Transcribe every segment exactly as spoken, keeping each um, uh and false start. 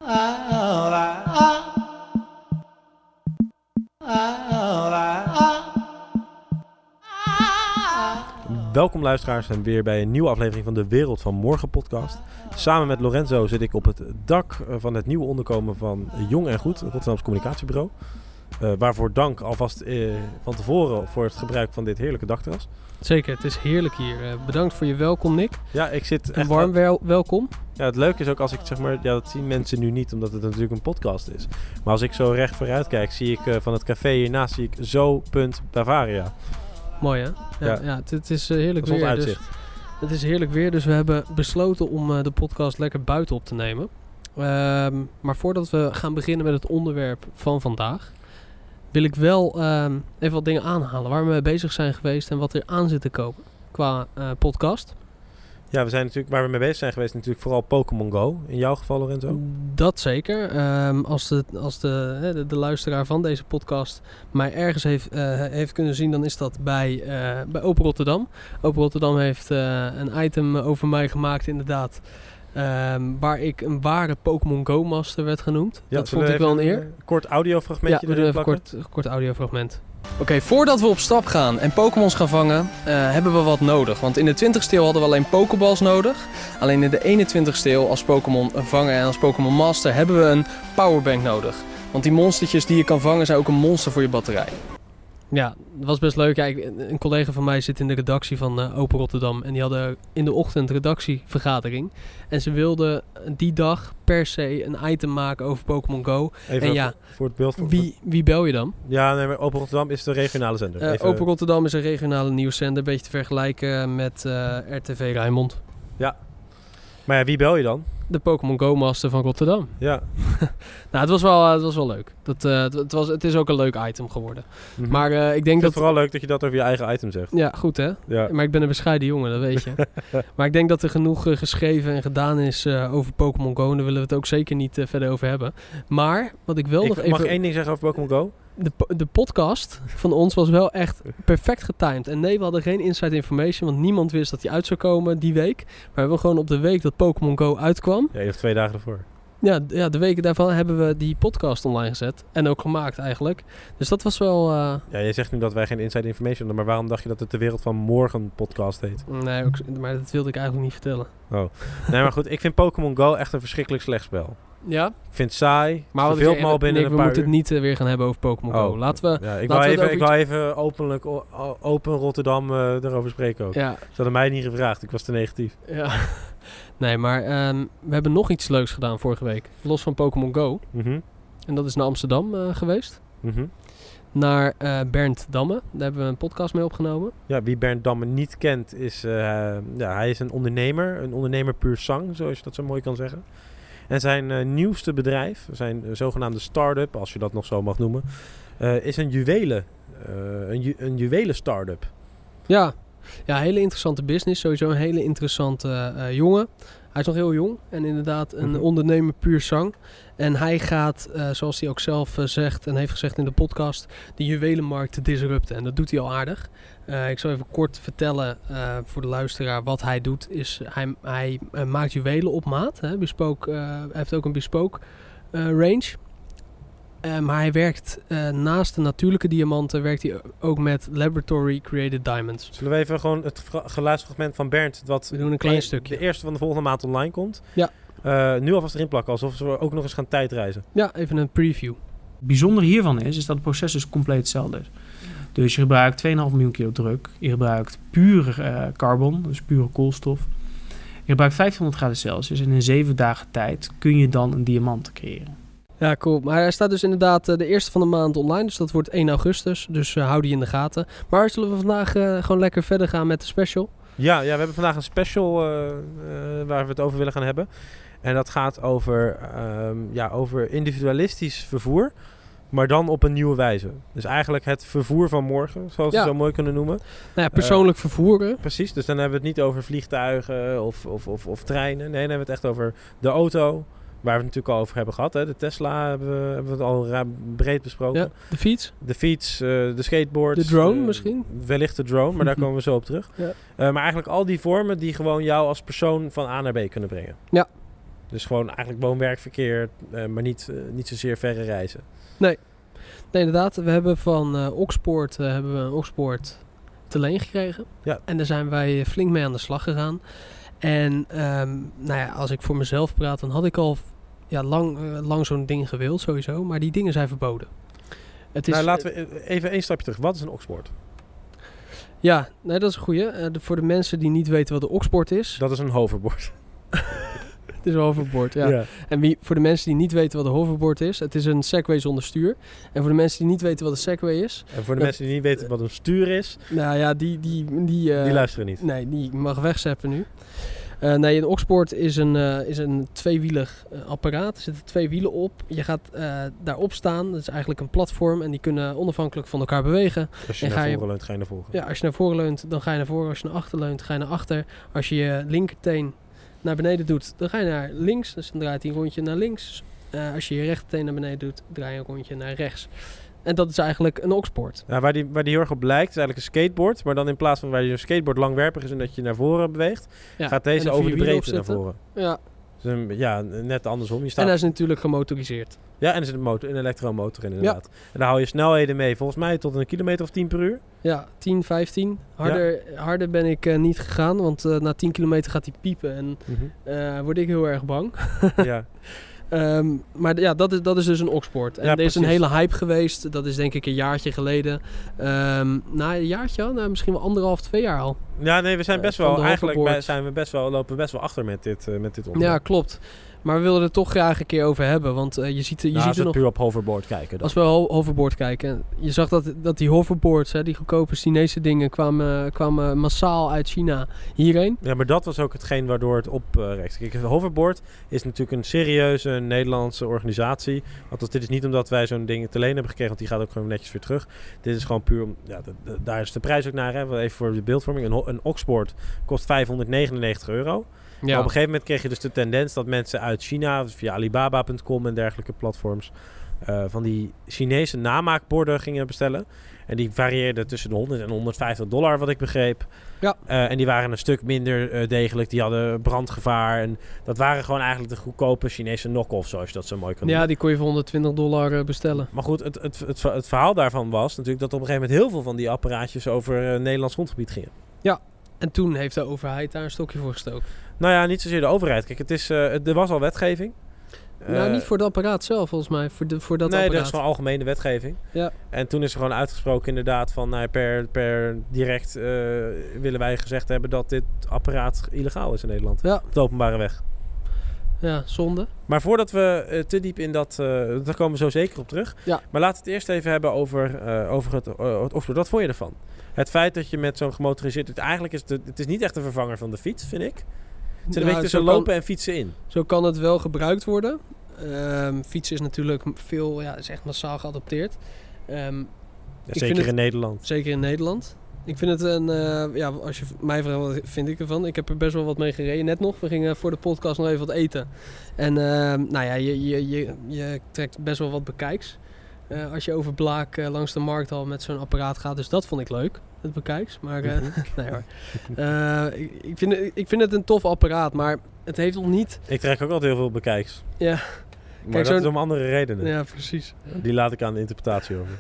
Welkom luisteraars en weer bij een nieuwe aflevering van de Wereld van Morgen podcast. Samen met Lorenzo zit ik op het dak van het nieuwe onderkomen van Jong en Goed, Rotterdams Communicatiebureau. Uh, waarvoor dank alvast uh, van tevoren voor het gebruik van dit heerlijke dakterras. Zeker, het is heerlijk hier. Uh, bedankt voor je welkom, Nick. Ja, ik zit echt... Een warm wel- welkom. Ja, het leuke is ook als ik zeg maar... Ja, dat zien mensen nu niet, omdat het natuurlijk een podcast is. Maar als ik zo recht vooruit kijk, zie ik uh, van het café hiernaast zie ik zo punt Bavaria. Mooi hè? Ja, ja. ja het, het is uh, heerlijk weer. Uitzicht. Dus, het is heerlijk weer, dus we hebben besloten om uh, de podcast lekker buiten op te nemen. Um, maar voordat we gaan beginnen met het onderwerp van vandaag, wil ik wel um, even wat dingen aanhalen waar we mee bezig zijn geweest en wat er aan zit te komen qua uh, podcast. Ja, we zijn natuurlijk, waar we mee bezig zijn geweest, natuurlijk vooral Pokémon Go. In jouw geval, Lorenzo? Dat zeker. Um, als de, als de, de, de luisteraar van deze podcast mij ergens heeft, uh, heeft kunnen zien, dan is dat bij, uh, bij Open Rotterdam. Open Rotterdam heeft uh, een item over mij gemaakt, inderdaad. Um, waar ik een ware Pokémon Go Master werd genoemd. Ja, dat vond ik wel een eer. Een kort audiofragmentje. Ja, we doen even een kort, kort audiofragment. Oké, okay, voordat we op stap gaan en Pokémons gaan vangen, uh, hebben we wat nodig. Want in de twintigste eeuw hadden we alleen Pokéballs nodig. Alleen in de eenentwintigste eeuw als Pokémon vangen en als Pokémon Master hebben we een powerbank nodig. Want die monstertjes die je kan vangen zijn ook een monster voor je batterij. Ja, dat was best leuk. Ja, ik, een collega van mij zit in de redactie van uh, Open Rotterdam. En die hadden in de ochtend redactievergadering. En ze wilden die dag per se een item maken over Pokémon Go. Even en ja, voor het beeld. Van, wie, wie bel je dan? Ja, nee, maar Open Rotterdam is de regionale zender. Uh, Open Rotterdam is een regionale nieuwszender. Een beetje te vergelijken met uh, R T V Rijnmond. Ja. Maar ja, wie bel je dan? De Pokémon Go Master van Rotterdam. Ja. Nou, het was wel, het was wel leuk. Dat, uh, het, het, was, het is ook een leuk item geworden. Mm-hmm. Maar uh, ik denk ik vind dat... het vooral leuk dat je dat over je eigen item zegt. Ja, goed hè? Ja. Maar ik ben een bescheiden jongen, dat weet je. Maar ik denk dat er genoeg uh, geschreven en gedaan is uh, over Pokémon Go. En daar willen we het ook zeker niet uh, verder over hebben. Maar, wat ik wel ik nog mag even... Mag één ding zeggen over Pokémon Go? De, de podcast van ons was wel echt perfect getimed. En nee, we hadden geen inside information, want niemand wist dat die uit zou komen die week. Maar we hebben gewoon op de week dat Pokémon Go uitkwam. Ja, je hebt twee dagen ervoor. Ja, ja, de weken daarvan hebben we die podcast online gezet. En ook gemaakt eigenlijk. Dus dat was wel... Uh... Ja, jij zegt nu dat wij geen inside information hadden. Maar waarom dacht je dat het de Wereld van Morgen podcast heet? Nee, ook, maar dat wilde ik eigenlijk niet vertellen. Oh. Nee, maar goed. Ik vind Pokémon Go echt een verschrikkelijk slecht spel. Ja? Ik vind het saai. Maar het verveelt me al binnen nee, een we paar moeten uur. het niet uh, weer gaan hebben over Pokémon oh. Go. Laten we... Ja, ik laten wou we even, ik iets... wou even openlijk, o, open Rotterdam uh, erover spreken ook. Ja. Ze hadden mij niet gevraagd. Ik was te negatief. Ja. Nee, maar um, we hebben nog iets leuks gedaan vorige week. Los van Pokémon Go. Mm-hmm. En dat is naar Amsterdam uh, geweest. Mm-hmm. Naar uh, Bernd Damme. Daar hebben we een podcast mee opgenomen. Ja, wie Bernd Damme niet kent, is uh, ja, hij is een ondernemer. Een ondernemer puur sang, zoals je dat zo mooi kan zeggen. En zijn uh, nieuwste bedrijf, zijn uh, zogenaamde start-up, als je dat nog zo mag noemen, uh, is een juwelen, uh, een, ju- een juwelen start-up. Ja. Ja, hele interessante business. Sowieso een hele interessante uh, jongen. Hij is nog heel jong en inderdaad een mm-hmm. ondernemer puur zang. En hij gaat, uh, zoals hij ook zelf uh, zegt en heeft gezegd in de podcast, de juwelenmarkt te disrupten. En dat doet hij al aardig. Uh, ik zal even kort vertellen uh, voor de luisteraar wat hij doet. Is hij, hij uh, maakt juwelen op maat. Hè, bespook, uh, hij heeft ook een bespook uh, range. Uh, maar hij werkt uh, naast de natuurlijke diamanten, werkt hij ook met laboratory created diamonds. Zullen we even gewoon het geluidsfragment van Bernd, wat we doen een klein een, stukje. de eerste van de volgende maand online komt, ja. uh, nu alvast erin plakken, alsof we ook nog eens gaan tijdreizen. Ja, even een preview. Het bijzondere hiervan is, is dat het proces dus compleet hetzelfde is. Dus je gebruikt twee komma vijf miljoen kilo druk, je gebruikt puur uh, carbon, dus pure koolstof. Je gebruikt vijfhonderd graden Celsius en in zeven dagen tijd kun je dan een diamant creëren. Ja, cool. Maar hij staat dus inderdaad uh, de eerste van de maand online. Dus dat wordt één augustus. Dus uh, hou die in de gaten. Maar zullen we vandaag uh, gewoon lekker verder gaan met de special? Ja, ja, we hebben vandaag een special uh, uh, waar we het over willen gaan hebben. En dat gaat over, um, ja, over individualistisch vervoer. Maar dan op een nieuwe wijze. Dus eigenlijk het vervoer van morgen, zoals we ja. het zo mooi kunnen noemen. Nou ja, persoonlijk uh, vervoeren. Precies, dus dan hebben we het niet over vliegtuigen of, of, of, of treinen. Nee, dan hebben we het echt over de auto. Waar we het natuurlijk al over hebben gehad. Hè. De Tesla hebben we, hebben we het al ra- breed besproken. Ja, de fiets. De fiets, uh, de skateboards. De drone uh, misschien. Wellicht de drone, maar daar komen we zo op terug. Ja. Uh, maar eigenlijk al die vormen die gewoon jou als persoon van A naar B kunnen brengen. Ja. Dus gewoon eigenlijk woon-werkverkeer, uh, maar niet, uh, niet zozeer verre reizen. Nee. nee, inderdaad. We hebben van uh, Oxpoort uh, hebben we een Oxpoort te leen gekregen. Ja. En daar zijn wij flink mee aan de slag gegaan. En um, nou ja, als ik voor mezelf praat, dan had ik al ja, lang, uh, lang zo'n ding gewild sowieso. Maar die dingen zijn verboden. Het is, nou, laten we even één stapje terug. Wat is een Oxpoort? Ja, nee, dat is een goeie. Uh, de, voor de mensen die niet weten wat de Oxpoort is. Dat is een hoverboard. Het is een hoverboard, ja. ja. En wie, voor de mensen die niet weten wat een hoverboard is, het is een Segway zonder stuur. En voor de mensen die niet weten wat een Segway is... En voor de dat, mensen die niet weten wat een stuur is... Nou ja, die... Die, die, uh, die luisteren niet. Nee, die mag wegzeppen nu. Uh, nee, een Oxpoort is een, uh, is een tweewielig uh, apparaat. Er zitten twee wielen op. Je gaat uh, daarop staan. Dat is eigenlijk een platform. En die kunnen onafhankelijk van elkaar bewegen. Als je en naar ga voren je, leunt, ga je naar voren. Ja, als je naar voren leunt, dan ga je naar voren. Als je naar achter leunt, ga je naar achter. Als je je linkerteen naar beneden doet, dan ga je naar links. Dus dan draait hij een rondje naar links. Uh, als je je rechterteen naar beneden doet, draai je een rondje naar rechts. En dat is eigenlijk een Oxpoort. Ja, waar, die, waar die heel erg op lijkt, is eigenlijk een skateboard. Maar dan in plaats van waar je een skateboard langwerpig is en dat je naar voren beweegt, ja, gaat deze over de breedte naar voren. Ja. Dus een, ja, net andersom. Je staat... En hij is natuurlijk gemotoriseerd. Ja, en er zit een, motor, een elektromotor in inderdaad. Ja. En daar hou je snelheden mee, volgens mij tot een kilometer of tien per uur. Ja, tien, vijftien. Harder, ja. harder ben ik uh, niet gegaan, want uh, na tien kilometer gaat hij piepen en mm-hmm. uh, word ik heel erg bang. Ja. Um, maar ja, dat is, dat is dus een Oxpoort. En ja, er is precies. een hele hype geweest. Dat is denk ik een jaartje geleden. Um, nou, een jaartje al? Nou, misschien wel anderhalf, twee jaar al. Ja, nee, we zijn best uh, wel... Eigenlijk bij, zijn we best wel, lopen we best wel achter met dit, uh, met dit onderwerp. Ja, klopt. Maar we wilden er toch graag een keer over hebben. Want uh, je ziet, je nou, ziet als er we nog... puur op hoverboard kijken dan. Als we ho- hoverboard kijken. Je zag dat, dat die hoverboards, hè, die goedkope Chinese dingen, kwamen, kwamen massaal uit China hierheen. Ja, maar dat was ook hetgeen waardoor het oprecht. Kijk, hoverboard is natuurlijk een serieuze Nederlandse organisatie. Althans, dit is niet omdat wij zo'n ding te leen hebben gekregen, want die gaat ook gewoon netjes weer terug. Dit is gewoon puur om... Ja, de, de, daar is de prijs ook naar, hè. Even voor de beeldvorming. Een, een Oxpoort kost vijfhonderdnegenennegentig euro. Ja. Maar op een gegeven moment kreeg je dus de tendens dat mensen uit China, via Alibaba punt com en dergelijke platforms, uh, van die Chinese namaakborden gingen bestellen. En die varieerden tussen de honderd en honderdvijftig dollar, wat ik begreep. Ja. Uh, en die waren een stuk minder uh, degelijk. Die hadden brandgevaar. En dat waren gewoon eigenlijk de goedkope Chinese knock-off, zoals je dat zo mooi kan doen. Ja, die kon je voor honderdtwintig dollar uh, bestellen. Maar goed, het, het, het, het verhaal daarvan was natuurlijk dat op een gegeven moment heel veel van die apparaatjes over uh, Nederlands grondgebied gingen. Ja, en toen heeft de overheid daar een stokje voor gestoken. Nou ja, niet zozeer de overheid. Kijk, het is, uh, er was al wetgeving. Nou, uh, niet voor het apparaat zelf, volgens mij. Voor, de, voor dat nee, apparaat. dat is gewoon algemene wetgeving. Ja. En toen is er gewoon uitgesproken inderdaad van... Nou, per, per direct uh, willen wij gezegd hebben dat dit apparaat illegaal is in Nederland. Ja. Op de openbare weg. Ja, zonde. Maar voordat we uh, te diep in dat... Uh, daar komen we zo zeker op terug. Ja. Maar laten we het eerst even hebben over, uh, over het, uh, het Oxford. Wat vond je ervan? Het feit dat je met zo'n gemotoriseerd... Het, eigenlijk is het, het is niet echt een vervanger van de fiets, vind ik. Het zit een beetje tussen lopen en fietsen in. Zo kan het wel gebruikt worden. Um, fietsen is natuurlijk veel, ja, is echt massaal geadopteerd. Um, ja, zeker in het, Nederland. Zeker in Nederland. Ik vind het een, uh, ja, als je mij vraagt wat vind ik ervan. Ik heb er best wel wat mee gereden, net nog. We gingen voor de podcast nog even wat eten. En uh, nou ja, je, je, je, je trekt best wel wat bekijks. Uh, als je over Blaak uh, langs de Markthal met zo'n apparaat gaat. Dus dat vond ik leuk, het bekijks. Maar uh, nee hoor. Uh, ik, ik, vind, ik vind het een tof apparaat, maar het heeft nog niet... Ik trek ook altijd heel veel bekijks. Ja. Maar Kijk, dat is om andere redenen. Ja, precies. Die laat ik aan de interpretatie over.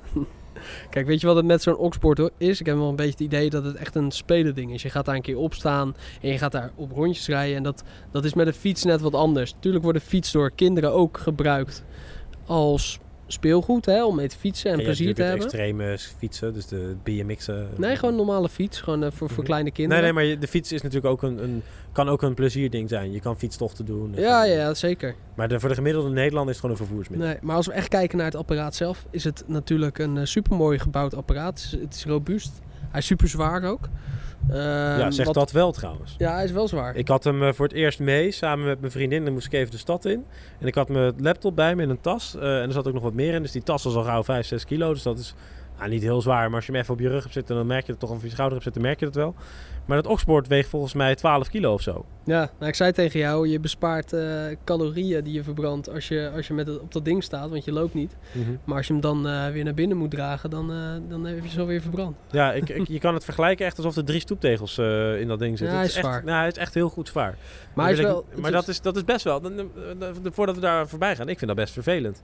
Kijk, weet je wat het met zo'n Oxpoort is? Ik heb wel een beetje het idee dat het echt een spelending is. Je gaat daar een keer op staan en je gaat daar op rondjes rijden. En dat, dat is met een fiets net wat anders. Tuurlijk wordt de fiets door kinderen ook gebruikt als speelgoed, hè, om mee te fietsen en, en plezier te hebben. Extreme fietsen, dus de B M X'en. Nee, gewoon een normale fiets, gewoon uh, voor, voor mm-hmm. kleine kinderen. Nee, nee, maar de fiets is natuurlijk ook een, een, kan ook een plezierding zijn. Je kan fietstochten doen. Ja, ja, ja, zeker. Maar de, voor de gemiddelde Nederlander is het gewoon een vervoersmiddel. Nee, maar als we echt kijken naar het apparaat zelf, is het natuurlijk een uh, supermooi gebouwd apparaat. Het is, het is robuust. Hij is super zwaar ook. Um, ja, zeg wat... dat wel trouwens. Ja, hij is wel zwaar. Ik had hem uh, voor het eerst mee, samen met mijn vriendin. Dan moest ik even de stad in. En ik had mijn laptop bij me in een tas. Uh, en er zat ook nog wat meer in. Dus die tas was al gauw vijf, zes kilo. Dus dat is Nou, niet heel zwaar, maar als je hem even op je rug hebt zitten, dan merk je het toch. Of op je schouder hebt zitten, merk je het wel. Maar dat Oxboard weegt volgens mij twaalf kilo of zo. Ja, nou, ik zei tegen jou, je bespaart uh, calorieën die je verbrandt als je, als je met het, op dat ding staat, want je loopt niet. Mm-hmm. Maar als je hem dan uh, weer naar binnen moet dragen, dan, uh, dan heb je zo weer verbrand. Ja, ik, ik, je kan het vergelijken echt alsof er drie stoeptegels uh, in dat ding zitten. Ja, hij is is zwaar. Echt, nou, hij is echt heel goed zwaar. Maar, hij is wel, ik, maar dat, is, dat is best wel, dan, dan, dan, voordat we daar voorbij gaan, ik vind dat best vervelend.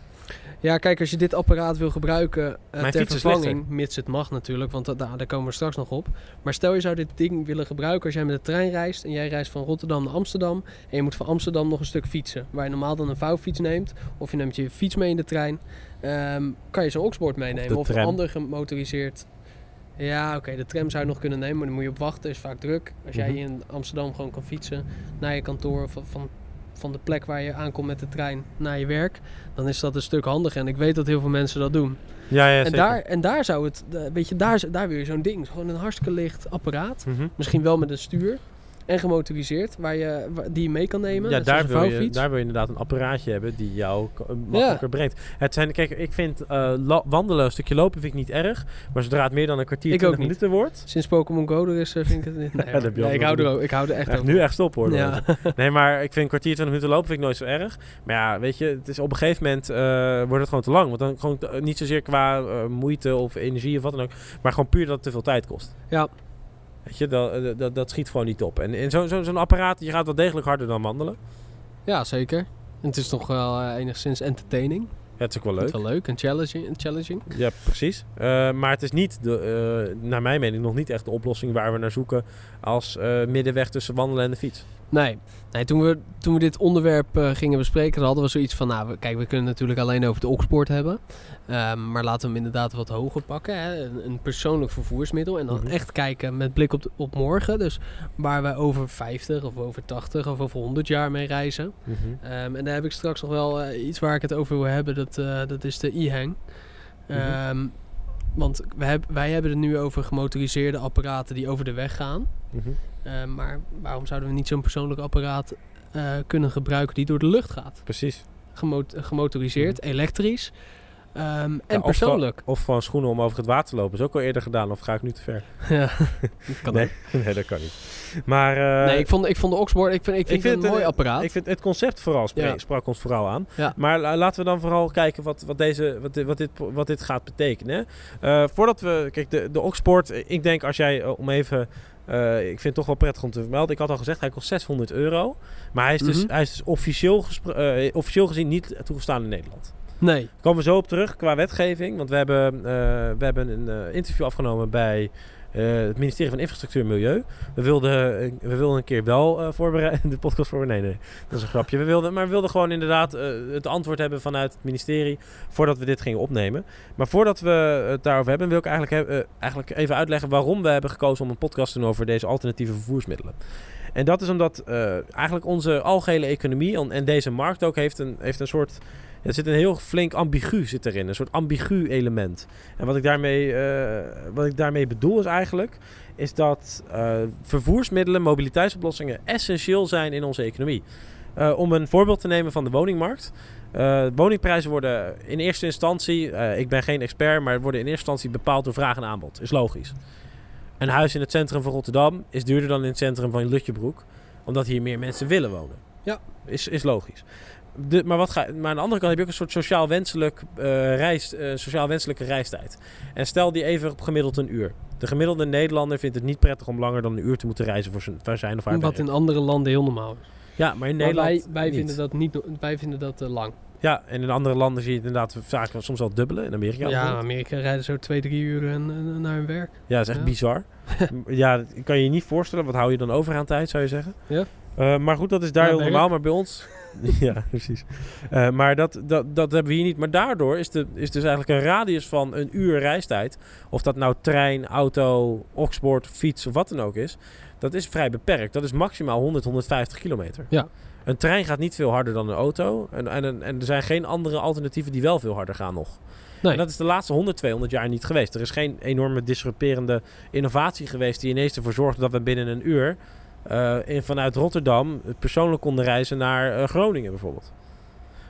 Ja, kijk, als je dit apparaat wil gebruiken uh, ter vervanging, lichter. mits het mag natuurlijk, want da- daar komen we straks nog op. Maar stel je zou dit ding willen gebruiken als jij met de trein reist en jij reist van Rotterdam naar Amsterdam en je moet van Amsterdam nog een stuk fietsen, waar je normaal dan een vouwfiets neemt of je neemt je fiets mee in de trein, um, kan je zo'n Oxboard meenemen of, of een ander gemotoriseerd. Ja, oké, okay, de tram zou je nog kunnen nemen, maar dan moet je op wachten, is vaak druk. Als jij mm-hmm. in Amsterdam gewoon kan fietsen naar je kantoor of van... van de plek waar je aankomt met de trein naar je werk, dan is dat een stuk handiger. En ik weet dat heel veel mensen dat doen. Ja, ja, en, zeker. daar, en daar zou het, weet je, daar, daar wil je zo'n ding. Gewoon een hartstikke licht apparaat. Mm-hmm. Misschien wel met een stuur. En gemotoriseerd, waar je, waar, die je mee kan nemen. Ja, daar wil, je, daar wil je inderdaad een apparaatje hebben die jou makkelijker ja. brengt. Het zijn, kijk, ik vind uh, la- wandelen, een stukje lopen vind ik niet erg. Maar zodra het meer dan een kwartier, ik twintig minuten wordt... Sinds Pokémon Go er is, vind ik het niet. Nee, ja, nee, ik, hou er, ik hou er echt over. Nu echt stop hoor. Ja. Nee, maar ik vind een kwartier, twintig minuten lopen vind ik nooit zo erg. Maar ja, weet je, het is op een gegeven moment uh, wordt het gewoon te lang. Want dan gewoon t- niet zozeer qua uh, moeite of energie of wat dan ook. Maar gewoon puur dat het te veel tijd kost. Ja. Weet je, dat, dat, dat schiet gewoon niet op. En in zo, zo, zo'n apparaat, je gaat wel degelijk harder dan wandelen. Ja, zeker. En het is toch wel uh, enigszins entertaining. Ja, het is ook wel leuk. Het is wel leuk en challenging. challenging. Ja, precies. Uh, maar het is niet, de, uh, naar mijn mening, nog niet echt de oplossing waar we naar zoeken als uh, middenweg tussen wandelen en de fiets. Nee, nee toen, we, toen we dit onderwerp uh, gingen bespreken, hadden we zoiets van, nou, we, kijk, we kunnen het natuurlijk alleen over de Oxboard hebben. Um, maar laten we hem inderdaad wat hoger pakken. Hè? Een, een persoonlijk vervoersmiddel. En dan mm-hmm. echt kijken met blik op, de, op morgen. Dus waar we over vijftig of over tachtig of over honderd jaar mee reizen. Mm-hmm. Um, en daar heb ik straks nog wel uh, iets waar ik het over wil hebben. Dat, uh, dat is de e-hang. Mm-hmm. Um, want wij, heb, wij hebben het nu over gemotoriseerde apparaten die over de weg gaan. Mm-hmm. Uh, maar waarom zouden we niet zo'n persoonlijk apparaat uh, kunnen gebruiken die door de lucht gaat? Precies. Gemot- gemotoriseerd, mm-hmm. elektrisch. Um, en ja, persoonlijk. Of, of gewoon schoenen om over het water te lopen. Is ook al eerder gedaan. Of ga ik nu te ver? Ja, dat kan nee, nee, dat kan niet. Maar, uh, nee, ik vond, ik vond de Oxboard ik vind, ik vind, ik vind het een mooi apparaat. Ik vind het concept vooral spre- ja. sprak ons vooral aan. Ja. Maar uh, laten we dan vooral kijken wat, wat, deze, wat, dit, wat, dit, wat dit gaat betekenen. Uh, voordat we... Kijk, de, de Oxboard... Ik denk als jij... Uh, om even... Uh, ik vind het toch wel prettig om te vermelden. Ik had al gezegd, hij kost zeshonderd euro. Maar hij is dus, mm-hmm. hij is dus officieel, gespro- uh, officieel gezien niet toegestaan in Nederland. Nee. Daar komen we zo op terug qua wetgeving. Want we hebben, uh, we hebben een uh, interview afgenomen bij uh, het ministerie van Infrastructuur en Milieu. We wilden, uh, we wilden een keer wel uh, voorbereiden. De podcast voor. Nee, nee. Dat is een grapje. We wilden, maar we wilden gewoon inderdaad uh, het antwoord hebben vanuit het ministerie voordat we dit gingen opnemen. Maar voordat we het daarover hebben, wil ik eigenlijk, uh, eigenlijk even uitleggen waarom we hebben gekozen om een podcast te doen over deze alternatieve vervoersmiddelen. En dat is omdat uh, eigenlijk onze algehele economie en, en deze markt ook heeft een, heeft een soort... Er zit een heel flink ambigu zit erin, een soort ambigu element. En wat ik daarmee, uh, wat ik daarmee bedoel is eigenlijk... is dat uh, vervoersmiddelen, mobiliteitsoplossingen essentieel zijn in onze economie. Uh, om een voorbeeld te nemen van de woningmarkt. Uh, woningprijzen worden in eerste instantie... Uh, ik ben geen expert, maar worden in eerste instantie bepaald door vraag en aanbod. Is logisch. Een huis in het centrum van Rotterdam is duurder dan in het centrum van Lutjebroek. Omdat hier meer mensen willen wonen. Ja. Is, is logisch. De, maar, wat ga, maar aan de andere kant heb je ook een soort sociaal, wenselijk, uh, reis, uh, sociaal wenselijke reistijd. En stel die even op gemiddeld een uur. De gemiddelde Nederlander vindt het niet prettig om langer dan een uur te moeten reizen voor zijn, voor zijn of haar Wat werk. In andere landen heel normaal is. Ja, maar in maar Nederland wij, wij vinden dat niet. Wij vinden dat uh, lang. Ja, en in andere landen zie je het inderdaad vaak soms wel dubbelen. In Amerika. Ja, in Amerika rijden zo twee, drie uur en, en, naar hun werk. Ja, dat is echt ja. bizar. Ja, dat kan je je niet voorstellen. Wat hou je dan over aan tijd, zou je zeggen? Ja. Uh, maar goed, dat is daar ja, heel normaal. Maar bij ons... ja, precies. Uh, maar dat, dat, dat hebben we hier niet. Maar daardoor is, de, is dus eigenlijk een radius van een uur reistijd... of dat nou trein, auto, Oxboard, fiets of wat dan ook is... dat is vrij beperkt. Dat is maximaal honderd, honderdvijftig kilometer. Ja. Een trein gaat niet veel harder dan een auto. En, en, en er zijn geen andere alternatieven die wel veel harder gaan nog. Nee. En dat is de laatste honderd, tweehonderd jaar niet geweest. Er is geen enorme disrupterende innovatie geweest... die ineens ervoor zorgde dat we binnen een uur... Uh, in, vanuit Rotterdam persoonlijk konden reizen naar uh, Groningen bijvoorbeeld.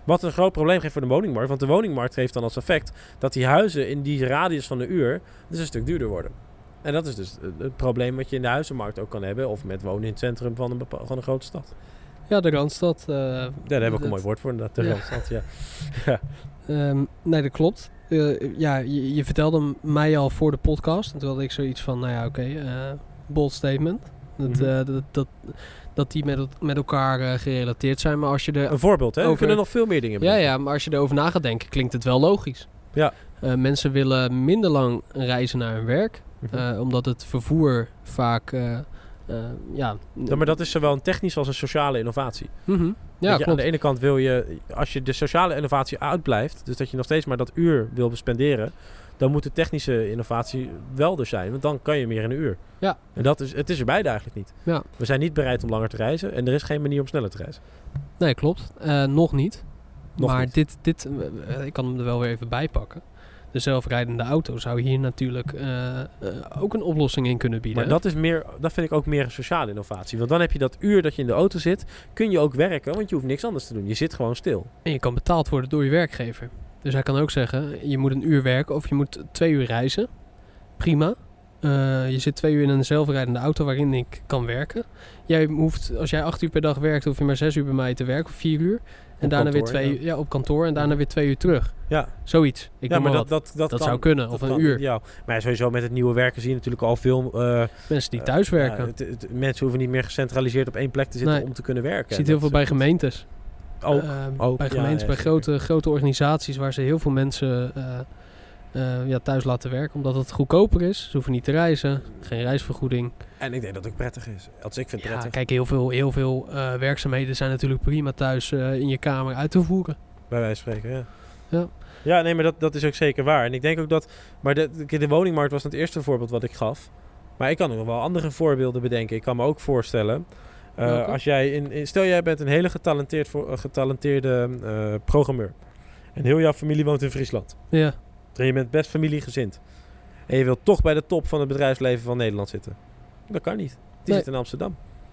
Wat een groot probleem geeft voor de woningmarkt. Want de woningmarkt heeft dan als effect dat die huizen in die radius van een uur dus een stuk duurder worden. En dat is dus het probleem wat je in de huizenmarkt ook kan hebben. Of met wonen in het centrum van een, bepa- van een grote stad. Ja, de Randstad. Uh, ja, daar heb ik ook een mooi woord voor inderdaad. De ja. Randstad, ja. ja. Um, nee, dat klopt. Uh, ja, je, je vertelde mij al voor de podcast. En toen had ik zoiets van, nou ja, oké, okay, uh, bold statement. Dat, Mm-hmm. uh, dat, dat, dat die met, met elkaar uh, gerelateerd zijn. Maar als je er Een voorbeeld, hè? Over... We kunnen nog veel meer dingen ja, bedenken. ja, maar als je erover na gaat denken, klinkt het wel logisch. Ja. Uh, mensen willen minder lang reizen naar hun werk. Mm-hmm. Uh, omdat het vervoer vaak... Uh, uh, ja, ja, maar dat is zowel een technische als een sociale innovatie. Mm-hmm. Ja, je, klopt. aan de ene kant wil je, als je de sociale innovatie uitblijft, dus dat je nog steeds maar dat uur wil spenderen, dan moet de technische innovatie wel er zijn. Want dan kan je meer in een uur. Ja. En dat is, het is er beide eigenlijk niet. Ja. We zijn niet bereid om langer te reizen en er is geen manier om sneller te reizen. Nee, klopt. Uh, nog niet. Nog maar niet. dit, dit uh, ik kan hem er wel weer even bij pakken. De zelfrijdende auto zou hier natuurlijk uh, uh, ook een oplossing in kunnen bieden. Maar dat, is meer, dat vind ik ook meer een sociale innovatie. Want dan heb je dat uur dat je in de auto zit, kun je ook werken, want je hoeft niks anders te doen. Je zit gewoon stil. En je kan betaald worden door je werkgever. Dus hij kan ook zeggen, je moet een uur werken of je moet twee uur reizen. Prima. Uh, je zit twee uur in een zelfrijdende auto waarin ik kan werken. Jij hoeft, als jij acht uur per dag werkt, hoef je maar zes uur bij mij te werken, of vier uur. En op daarna kantoor, weer twee ja. uur ja, op kantoor en daarna weer twee uur terug. Ja. Zoiets. Ik ja, maar dat, dat, dat, dat, dat kan, zou kunnen. dat Of een kan, uur. Ja. Maar sowieso met het nieuwe werken zie je natuurlijk al veel... Uh, mensen die thuis werken. Uh, het, het, mensen hoeven niet meer gecentraliseerd op één plek te zitten nee. om te kunnen werken. Je ziet heel veel bij gemeentes. Ook, uh, ook, bij gemeentes, ja, bij ja, grote, grote organisaties waar ze heel veel mensen uh, uh, ja, thuis laten werken. Omdat het goedkoper is. Ze hoeven niet te reizen. Geen reisvergoeding. En ik denk dat het ook prettig is. Als ik vind het ja, prettig. kijk, heel veel, heel veel uh, werkzaamheden zijn natuurlijk prima thuis uh, in je kamer uit te voeren. Bij wijze van spreken, ja. Ja, ja nee, maar dat, dat is ook zeker waar. En ik denk ook dat... Maar de, de woningmarkt was het eerste voorbeeld wat ik gaf. Maar ik kan nog wel andere voorbeelden bedenken. Ik kan me ook voorstellen... Uh, als jij in, in, stel jij bent een hele getalenteerd voor, uh, getalenteerde uh, programmeur. En heel jouw familie woont in Friesland. Ja. En je bent best familiegezind. En je wilt toch bij de top van het bedrijfsleven van Nederland zitten. Dat kan niet. Die nee. zit in Amsterdam.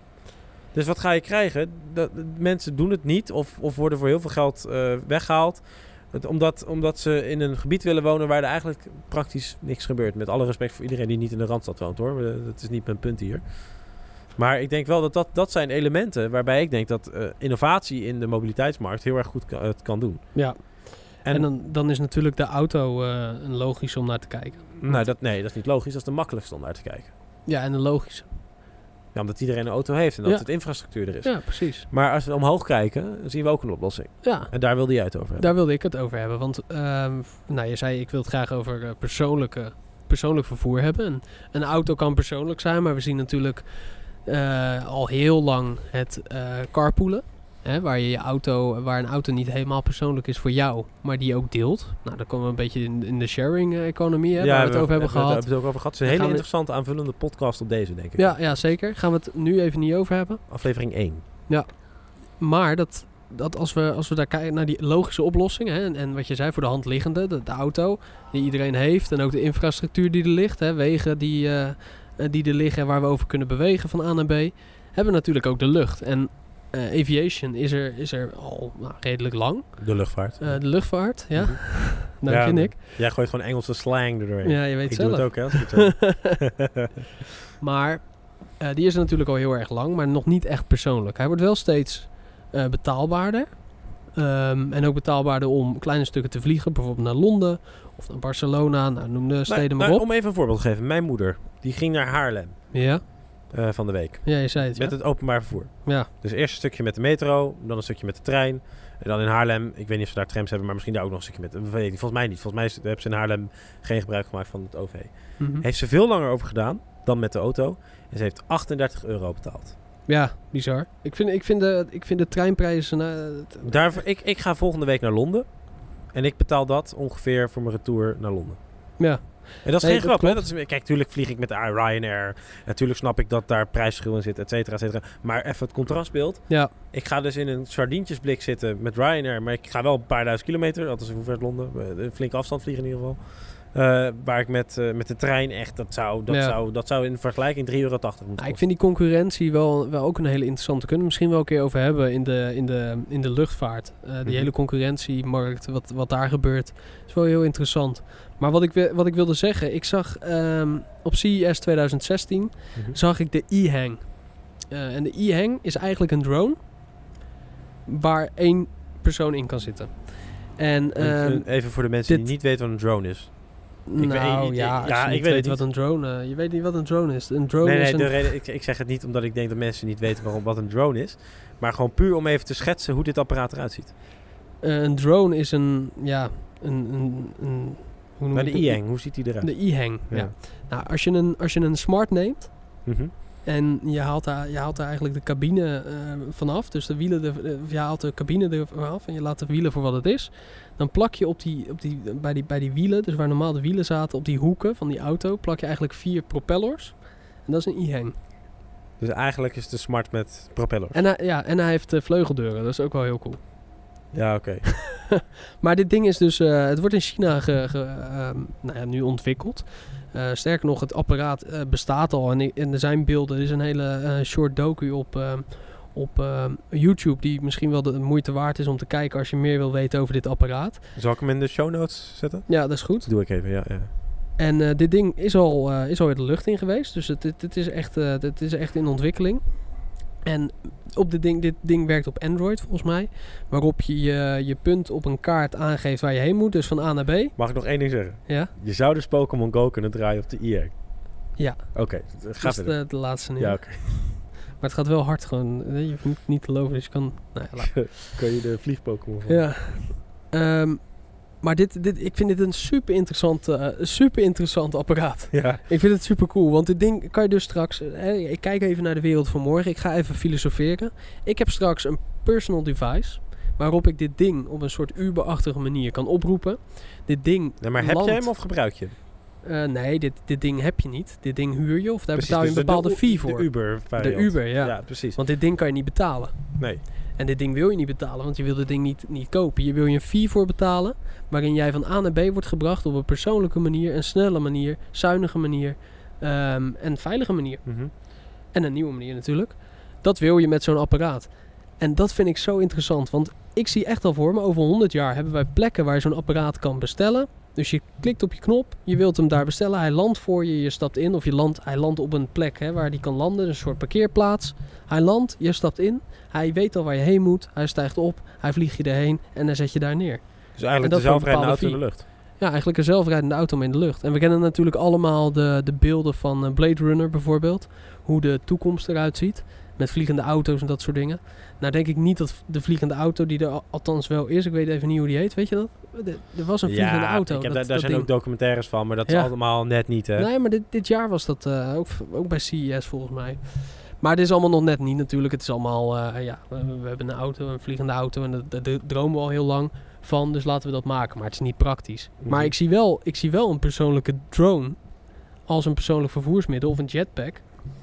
Dus wat ga je krijgen? Dat, mensen doen het niet of, of worden voor heel veel geld uh, weggehaald. Het, omdat, omdat ze in een gebied willen wonen waar er eigenlijk praktisch niks gebeurt. Met alle respect voor iedereen die niet in de Randstad woont, hoor. Dat is niet mijn punt hier. Maar ik denk wel dat dat, dat zijn elementen waarbij ik denk dat uh, innovatie in de mobiliteitsmarkt heel erg goed kan, het kan doen. Ja. En, en dan, dan is natuurlijk de auto uh, een logisch om naar te kijken. Nou, dat, nee, dat is niet logisch. Dat is de makkelijkste om naar te kijken. Ja, en de logische. Ja, omdat iedereen een auto heeft en dat ja. het infrastructuur er is. Ja, precies. Maar als we omhoog kijken, zien we ook een oplossing. Ja. En daar wilde jij het over hebben. Daar wilde ik het over hebben. Want uh, nou, je zei, ik wil het graag over uh, persoonlijke, persoonlijk vervoer hebben. En een auto kan persoonlijk zijn, maar we zien natuurlijk uh, al heel lang het uh, carpoolen. Hè, waar, je je auto, waar een auto niet helemaal persoonlijk is voor jou, maar die je ook deelt. Nou, dan komen we een beetje in, in de sharing-economie, ja, waar we het we, over hebben we, gehad. Daar hebben we het ook over gehad. Het is een hele we... interessante aanvullende podcast op deze, denk ik. Ja, ja, zeker. Gaan we het nu even niet over hebben. Aflevering één. Ja, maar dat, dat als, we, als we daar kijken naar die logische oplossing, hè, en, en wat je zei, voor de hand liggende, de, de auto die iedereen heeft en ook de infrastructuur die er ligt, hè, wegen die, uh, die er liggen waar we over kunnen bewegen van A naar B, hebben we natuurlijk ook de lucht. En Uh, aviation is er, is er al nou, redelijk lang. De luchtvaart. Uh, de luchtvaart, ja. Mm-hmm. Dank ja, je, Nick. Jij gooit gewoon Engelse slang er doorheen. Ja, je weet ik zelf. doe het ook, hè, als ik het zeg. Maar uh, die is er natuurlijk al heel erg lang, maar nog niet echt persoonlijk. Hij wordt wel steeds uh, betaalbaarder. Um, en ook betaalbaarder om kleine stukken te vliegen. Bijvoorbeeld naar Londen of naar Barcelona. Nou, noem de steden nou, maar nou, op. Om even een voorbeeld te geven. Mijn moeder, die ging naar Haarlem. Ja. Uh, van de week. Ja, je zei het, Met ja. het openbaar vervoer. Ja. Dus eerst een stukje met de metro, dan een stukje met de trein. En dan in Haarlem, ik weet niet of ze daar trams hebben, maar misschien daar ook nog een stukje met. Weet ik, volgens mij niet. Volgens mij hebben ze in Haarlem geen gebruik gemaakt van het O V. Mm-hmm. Heeft ze veel langer over gedaan dan met de auto. En ze heeft achtendertig euro betaald. Ja, bizar. Ik vind, ik vind, de, ik vind de treinprijzen... Uh, Daarvoor, ik, ik ga volgende week naar Londen. En ik betaal dat ongeveer voor mijn retour naar Londen. Ja. En dat is nee, geen dat grap, hè? Dat is, kijk, natuurlijk vlieg ik met de Ryanair. Natuurlijk snap ik dat daar prijsverschil in zit, et cetera, et cetera. Maar even het contrastbeeld. Ja. Ik ga dus in een sardientjesblik zitten met Ryanair. Maar ik ga wel een paar duizend kilometer. Dat is hoe ver is Londen. Een flinke afstand vliegen in ieder geval. Uh, waar ik met, uh, met de trein echt, dat zou, dat, Ja. zou, dat zou in vergelijking drie euro tachtig moeten Ja, ik kosten. vind die concurrentie wel, wel ook een hele interessante. Kunnen we misschien wel een keer over hebben in de, in de, in de luchtvaart. Uh, die Mhm. hele concurrentiemarkt, wat, wat daar gebeurt, is wel heel interessant. Maar wat ik, wi- wat ik wilde zeggen, ik zag um, op C E S twintig zestien Mhm. zag ik de E-Hang. Uh, en de E-Hang is eigenlijk een drone waar één persoon in kan zitten. En, En, um, even voor de mensen dit- die niet weten wat een drone is. Ik nou weet- ik- ja, ik- als ja, je ik niet weet weet het wat een drone... Uh, je weet niet wat een drone is. Een drone Nee, is nee, een... de reden, ik, ik zeg het niet omdat ik denk dat mensen niet weten waarom, wat een drone is. Maar gewoon puur om even te schetsen hoe dit apparaat eruit ziet. Uh, een drone is een, ja, een, een, een hoe noem Maar je de het? E-Hang, hoe ziet die eruit? De E-Hang, ja. Ja. Nou, als je, een, als je een smart neemt Mhm. en je haalt daar, je haalt daar eigenlijk de cabine uh, vanaf, dus de wielen, de, uh, je haalt de cabine er vanaf en je laat de wielen voor wat het is, dan plak je op die, op die, bij, die, bij die wielen, dus waar normaal de wielen zaten, op die hoeken van die auto, plak je eigenlijk vier propellers en dat is een E-Hang. Dus eigenlijk is het een smart met propellers. En hij, ja, en hij heeft uh, vleugeldeuren, dat is ook wel heel cool. Ja, oké. Maar dit ding is dus, uh, het wordt in China ge, ge, uh, nou ja, nu ontwikkeld. Uh, sterker nog, het apparaat uh, bestaat al en, en er zijn beelden. Er is een hele uh, short docu op, uh, op uh, YouTube die misschien wel de moeite waard is om te kijken als je meer wil weten over dit apparaat. Zal ik hem in de show notes zetten? Ja, dat is goed. Doe ik even, ja. ja. En uh, dit ding is al, uh, is al in de lucht in geweest, dus het, het, het, is, echt, uh, het is echt in ontwikkeling. En op dit ding, dit ding werkt op Android volgens mij. Waarop je, je je punt op een kaart aangeeft waar je heen moet. Dus van A naar B. Mag ik nog één ding zeggen? Ja? Je zou dus Pokémon Go kunnen draaien op de E-Hang. Ja. Oké, okay, ga Dat is verder. de, de laatste nu. Ja, oké. Maar het gaat wel hard gewoon. Je hoeft niet, niet te lopen, dus je kan... Nou ja, laat. Kan je de vlieg-Pokémon van? Ja. Um, maar dit, dit, ik vind dit een super interessant, uh, super interessant apparaat. Ja. Ik vind het super cool, want dit ding kan je dus straks... Hè, ik kijk even naar de wereld van morgen. Ik ga even filosoferen. Ik heb straks een personal device waarop ik dit ding op een soort Uber-achtige manier kan oproepen. Dit ding Ja, maar heb landt, je hem of gebruik je hem? Uh, nee, dit, dit ding heb je niet. Dit ding huur je of daar Precies, betaal je een dus bepaalde de, fee voor. De Uber variant. De Uber, ja. Ja, precies. Want dit ding kan je niet betalen. Nee. En dit ding wil je niet betalen, want je wil dit ding niet, niet kopen. Je wil je een fee voor betalen, waarin jij van A naar B wordt gebracht op een persoonlijke manier, een snelle manier, zuinige manier um, en veilige manier. Mm-hmm. En een nieuwe manier natuurlijk. Dat wil je met zo'n apparaat. En dat vind ik zo interessant, want ik zie echt al voor me, over honderd jaar hebben wij plekken waar je zo'n apparaat kan bestellen. Dus je klikt op je knop, je wilt hem daar bestellen, hij landt voor je, je stapt in. Of je landt, hij landt op een plek hè, waar hij kan landen, een soort parkeerplaats. Hij landt, je stapt in, hij weet al waar je heen moet, hij stijgt op, hij vliegt je erheen en dan zet je daar neer. Dus eigenlijk dat de zelfrijdende voor een auto in de bepaalde lucht. Ja, eigenlijk een zelfrijdende auto maar in de lucht. En we kennen natuurlijk allemaal de, de beelden van Blade Runner bijvoorbeeld. Hoe de toekomst eruit ziet. Met vliegende auto's en dat soort dingen. Nou denk ik niet dat de vliegende auto die er al, althans wel is. Ik weet even niet hoe die heet. Weet je dat? De, er was een vliegende ja, auto. Ik heb, dat, daar daar dat zijn ding. ook documentaires van. Maar dat Ja. is allemaal net niet, hè? Nee, maar dit, dit jaar was dat uh, ook, ook bij C E S volgens mij. Maar dit is allemaal nog net niet natuurlijk. Het is allemaal, uh, ja, we, we hebben een auto, een vliegende auto. En daar daar dromen we al heel lang van. Dus laten we dat maken. Maar het is niet praktisch. Mm-hmm. Maar ik zie, wel, ik zie wel een persoonlijke drone als een persoonlijk vervoersmiddel of een jetpack.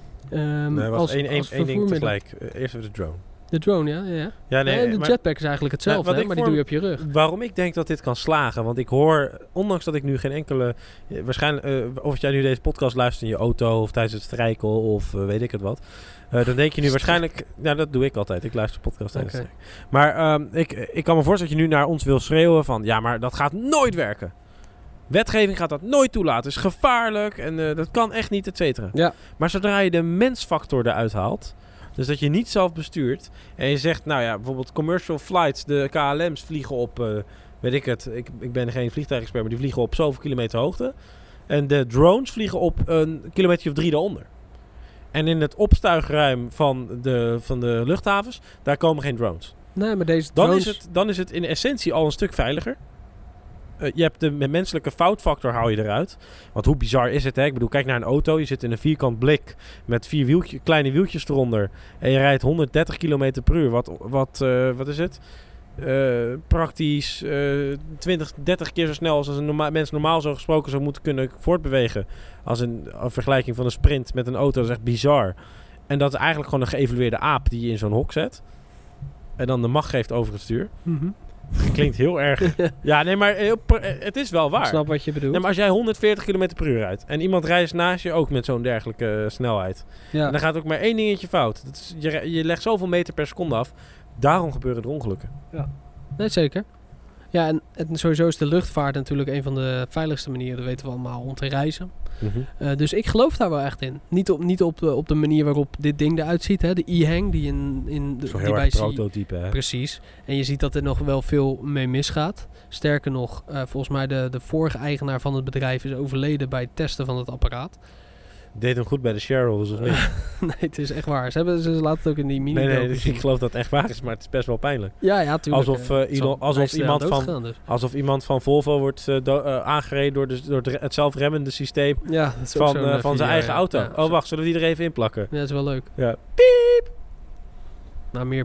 Um, nee, was als, één, één, als één ding vervoermiddel. tegelijk. Uh, eerst even de drone. De drone, ja. ja, ja. Ja, nee, Nee, de maar jetpack is eigenlijk hetzelfde, Nou, wat hè, ik maar die voor- doe je op je rug. waarom ik denk dat dit kan slagen. Want ik hoor, ondanks dat ik nu geen enkele... eh, Waarschijnlijk, uh, of jij nu deze podcast luistert in je auto of tijdens het strijken of uh, weet ik het wat. Uh, dan denk je nu waarschijnlijk... Nou, dat doe ik altijd. Ik luister podcast tijdens Okay. het strijken. Maar um, ik, ik kan me voorstellen dat je nu naar ons wil schreeuwen van... Ja, maar dat gaat nooit werken. Wetgeving gaat dat nooit toelaten. Het is gevaarlijk en uh, dat kan echt niet, et cetera. Ja. Maar zodra je de mensfactor eruit haalt... Dus dat je niet zelf bestuurt. En je zegt, nou ja, bijvoorbeeld commercial flights. De K L M's vliegen op, uh, weet ik het. Ik, ik ben geen vliegtuigexpert, maar die vliegen op zoveel kilometer hoogte. En de drones vliegen op een kilometer of drie daaronder. En in het opstuigruim van de, van de luchthavens, daar komen geen drones. Nee, maar deze Dan, drones... is het, dan is het in essentie al een stuk veiliger. Uh, je hebt de menselijke foutfactor hou je eruit. Want hoe bizar is het, hè? Ik bedoel, kijk naar een auto. Je zit in een vierkant blik met vier wieltje, kleine wieltjes eronder. En je rijdt honderddertig kilometer per uur. Wat, wat, uh, wat is het? Uh, praktisch uh, twintig, dertig keer zo snel als een norma- mens normaal zo gesproken zou moeten kunnen voortbewegen. Als een, een vergelijking van een sprint met een auto. Dat is echt bizar. En dat is eigenlijk gewoon een geëvalueerde aap die je in zo'n hok zet. En dan de macht geeft over het stuur. Mm-hmm. Klinkt heel erg. Ja, nee, maar heel pr- het is wel waar. Ik snap wat je bedoelt. Nee, maar als jij honderdveertig kilometer per uur rijdt en iemand rijdt naast je ook met zo'n dergelijke uh, snelheid. Ja. En dan gaat ook maar één dingetje fout. Dat is, je, je legt zoveel meter per seconde af. Daarom gebeuren er ongelukken. Ja, nee, zeker. Ja, en, en sowieso is de luchtvaart natuurlijk een van de veiligste manieren, dat weten we allemaal, om te reizen. Mm-hmm. Uh, dus ik geloof daar wel echt in. Niet op, niet op, de, op de manier waarop dit ding eruit ziet, hè? De e-hang die in, in de, Zo die heel bij erg C- prototype, hè? Precies. En je ziet dat er nog wel veel mee misgaat. Sterker nog, uh, volgens mij de, de vorige eigenaar van het bedrijf is overleden bij het testen van het apparaat. Deed hem goed bij de shareholders of niet? Nee, het is echt waar. Ze, hebben, ze laten het ook in die mini Nee, nee, dus ik geloof dat het echt waar is, maar het is best wel pijnlijk. Ja, ja, tuurlijk. Alsof, uh, uh, ilo- alsof, iemand van, gaan, dus. alsof iemand van Volvo wordt uh, do- uh, aangereden door, de, door de, het zelfremmende systeem ja, dat is van, uh, uh, van video, zijn eigen ja. auto. Ja, oh, wacht, zullen we die er even in plakken? Ja, dat is wel leuk. Ja. Piep! Nou, meer...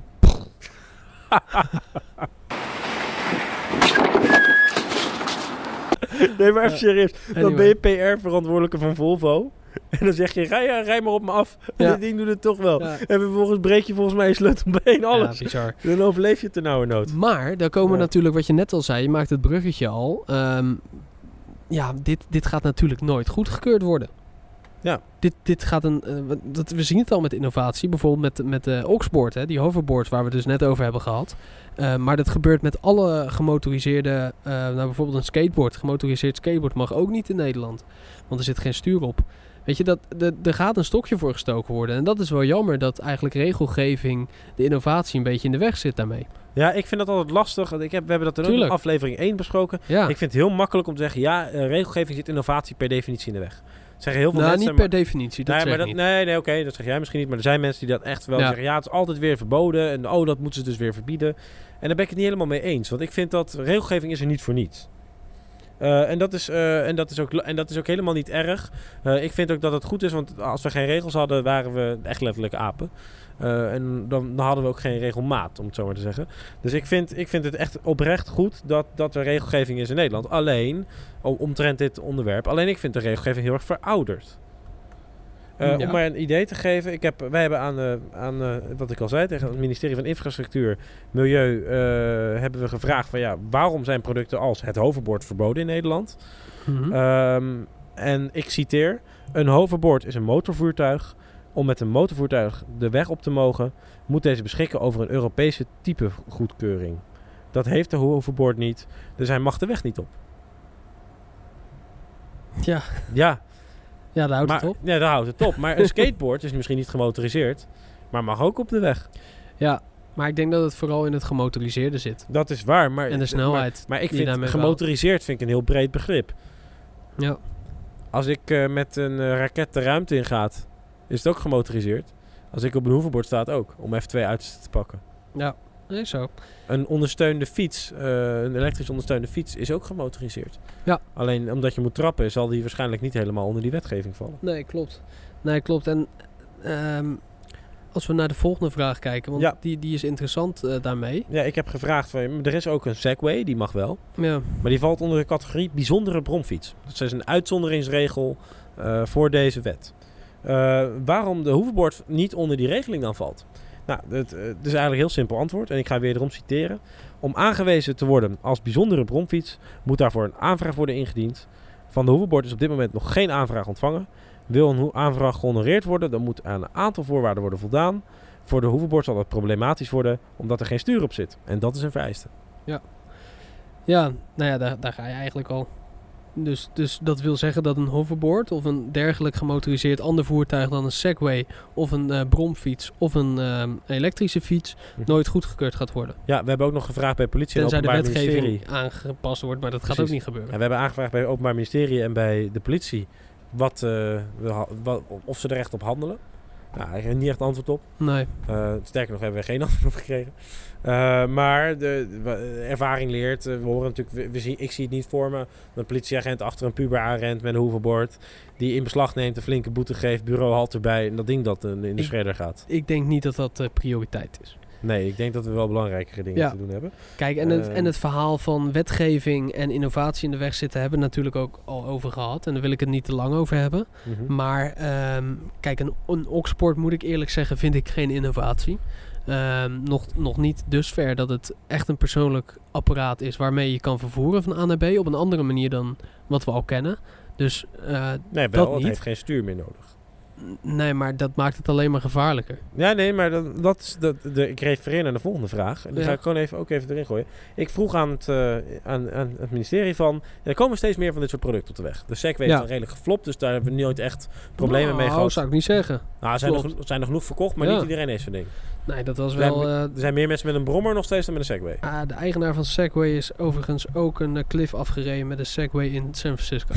Nee, maar even Ja. serieus. Dan Anyway. ben je P R-verantwoordelijke van Volvo. En dan zeg je, rij, rij maar op me af. Ja. Dit ding doet het toch wel. Ja. En vervolgens breek je volgens mij je sleutelbeen, alles. Ja, bizar. Dan overleef je het er nou in nood. Maar, daar komen Ja. natuurlijk, wat je net al zei, je maakt het bruggetje al. Um, ja, dit, dit gaat natuurlijk nooit goedgekeurd worden. Ja. Dit, dit gaat een, uh, dat, we zien het al met innovatie, bijvoorbeeld met, met de Oxboard, hè, die hoverboards waar we het dus net over hebben gehad. Uh, maar dat gebeurt met alle gemotoriseerde, uh, nou bijvoorbeeld een skateboard. Gemotoriseerd skateboard mag ook niet in Nederland, want er zit geen stuur op. Weet je, dat, de, er gaat een stokje voor gestoken worden. En dat is wel jammer dat eigenlijk regelgeving, de innovatie een beetje in de weg zit daarmee. Ja, ik vind dat altijd lastig. Ik heb, we hebben dat in ook in aflevering één besproken. Ja. Ik vind het heel makkelijk om te zeggen, ja, uh, regelgeving zit innovatie per definitie in de weg. Zeggen heel veel nou, mensen, niet per maar, definitie, dat nee, zeg maar dat, niet. Nee, nee oké, okay, dat zeg jij misschien niet. Maar er zijn mensen die dat echt wel ja. zeggen, ja, het is altijd weer verboden. En oh, dat moeten ze dus weer verbieden. En daar ben ik het niet helemaal mee eens. Want ik vind dat regelgeving is er niet voor niets. Uh, en, dat is, uh, en, dat is ook, en dat is ook helemaal niet erg. Uh, ik vind ook dat het goed is, want als we geen regels hadden, waren we echt letterlijk apen. Uh, en dan, dan hadden we ook geen regelmaat, om het zo maar te zeggen. Dus ik vind, ik vind het echt oprecht goed dat, dat er regelgeving is in Nederland. Alleen, om, omtrent dit onderwerp, alleen ik vind de regelgeving heel erg verouderd. Uh, ja. Om maar een idee te geven. Ik heb, wij hebben aan, uh, aan uh, wat ik al zei, tegen het ministerie van Infrastructuur, Milieu, uh, hebben we gevraagd van ja, waarom zijn producten als het hoverboard verboden in Nederland? Mm-hmm. Um, en ik citeer, een hoverboard is een motorvoertuig. Om met een motorvoertuig de weg op te mogen, moet deze beschikken over een Europese type goedkeuring. Dat heeft de hoverboard niet, dus hij mag de weg niet op. Ja. Ja. Ja, daar houdt maar, het op. Ja, daar houdt het op. Maar een skateboard is misschien niet gemotoriseerd, maar mag ook op de weg. Ja, maar ik denk dat het vooral in het gemotoriseerde zit. Dat is waar. Maar, en de snelheid. Maar, maar ik vind gemotoriseerd vind ik een heel breed begrip. Ja. Als ik uh, met een uh, raket de ruimte in ga, is het ook gemotoriseerd. Als ik op een hoverboard sta, ook. Om F twee uit te pakken. Ja, is zo. Een ondersteunde fiets, uh, een elektrisch ondersteunde fiets, is ook gemotoriseerd. Ja. Alleen omdat je moet trappen, zal die waarschijnlijk niet helemaal onder die wetgeving vallen. Nee, klopt. Nee, klopt. En um, als we naar de volgende vraag kijken, want ja. die, die is interessant uh, daarmee. Ja, ik heb gevraagd, van, er is ook een Segway, die mag wel. Ja. Maar die valt onder de categorie bijzondere bromfiets. Dat is een uitzonderingsregel uh, voor deze wet. Uh, waarom de hoverboard niet onder die regeling dan valt? Nou, het, het is eigenlijk een heel simpel antwoord. En ik ga weer erom citeren. Om aangewezen te worden als bijzondere bromfiets moet daarvoor een aanvraag worden ingediend. Van de hoverboard is op dit moment nog geen aanvraag ontvangen. Wil een aanvraag gehonoreerd worden, dan moet aan een aantal voorwaarden worden voldaan. Voor de hoverboard zal dat problematisch worden, omdat er geen stuur op zit. En dat is een vereiste. Ja, ja nou ja, daar, daar ga je eigenlijk al. Dus, dus dat wil zeggen dat een hoverboard of een dergelijk gemotoriseerd ander voertuig dan een Segway of een uh, bromfiets of een uh, elektrische fiets hm. nooit goedgekeurd gaat worden. Ja, we hebben ook nog gevraagd bij politie en Tenzij Openbaar de wetgeving Ministerie. aangepast wordt, maar dat Precies. gaat ook niet gebeuren. Ja, we hebben aangevraagd bij het Openbaar Ministerie en bij de politie wat, uh, we, wat, of ze er echt op handelen. Nou, ik heb niet echt antwoord op. Nee. Uh, sterker nog hebben we geen antwoord op gekregen. Uh, maar de, de ervaring leert. Uh, we horen natuurlijk, we, we zien, ik zie het niet voor me. Een politieagent achter een puber aanrent met een hoverboard. Die in beslag neemt, een flinke boete geeft, bureau halt erbij. En dat ding dat uh, in de ik, shredder gaat. Ik denk niet dat dat uh, prioriteit is. Nee, ik denk dat we wel belangrijkere dingen ja. te doen hebben. Kijk, en het, uh, en het verhaal van wetgeving en innovatie in de weg zitten hebben we natuurlijk ook al over gehad. En daar wil ik het niet te lang over hebben. Uh-huh. Maar um, kijk, een, een Oxboard moet ik eerlijk zeggen, vind ik geen innovatie. Um, nog, nog niet dusver dat het echt een persoonlijk apparaat is waarmee je kan vervoeren van A naar B op een andere manier dan wat we al kennen. Dus uh, nee, wel, dat het niet. heeft geen stuur meer nodig. Nee, maar dat maakt het alleen maar gevaarlijker. Ja, nee, maar dat, dat is dat, de, ik refereer naar de volgende vraag. En die Ja. ga ik gewoon even, ook even erin gooien. Ik vroeg aan het, uh, aan, aan het ministerie van... Ja, er komen steeds meer van dit soort producten op de weg. De Segway Ja. is dan redelijk geflopt, dus daar hebben we nooit echt problemen nou, mee gehad. zou ik niet zeggen. Nou, er zijn, er, Klopt. geno- zijn er genoeg verkocht, maar Ja. niet iedereen heeft zo'n ding. Nee, dat was Er zijn, wel... Uh, er zijn meer mensen met een brommer nog steeds dan met een Segway. uh, de eigenaar van Segway is overigens ook een uh, cliff afgereden met een Segway in San Francisco.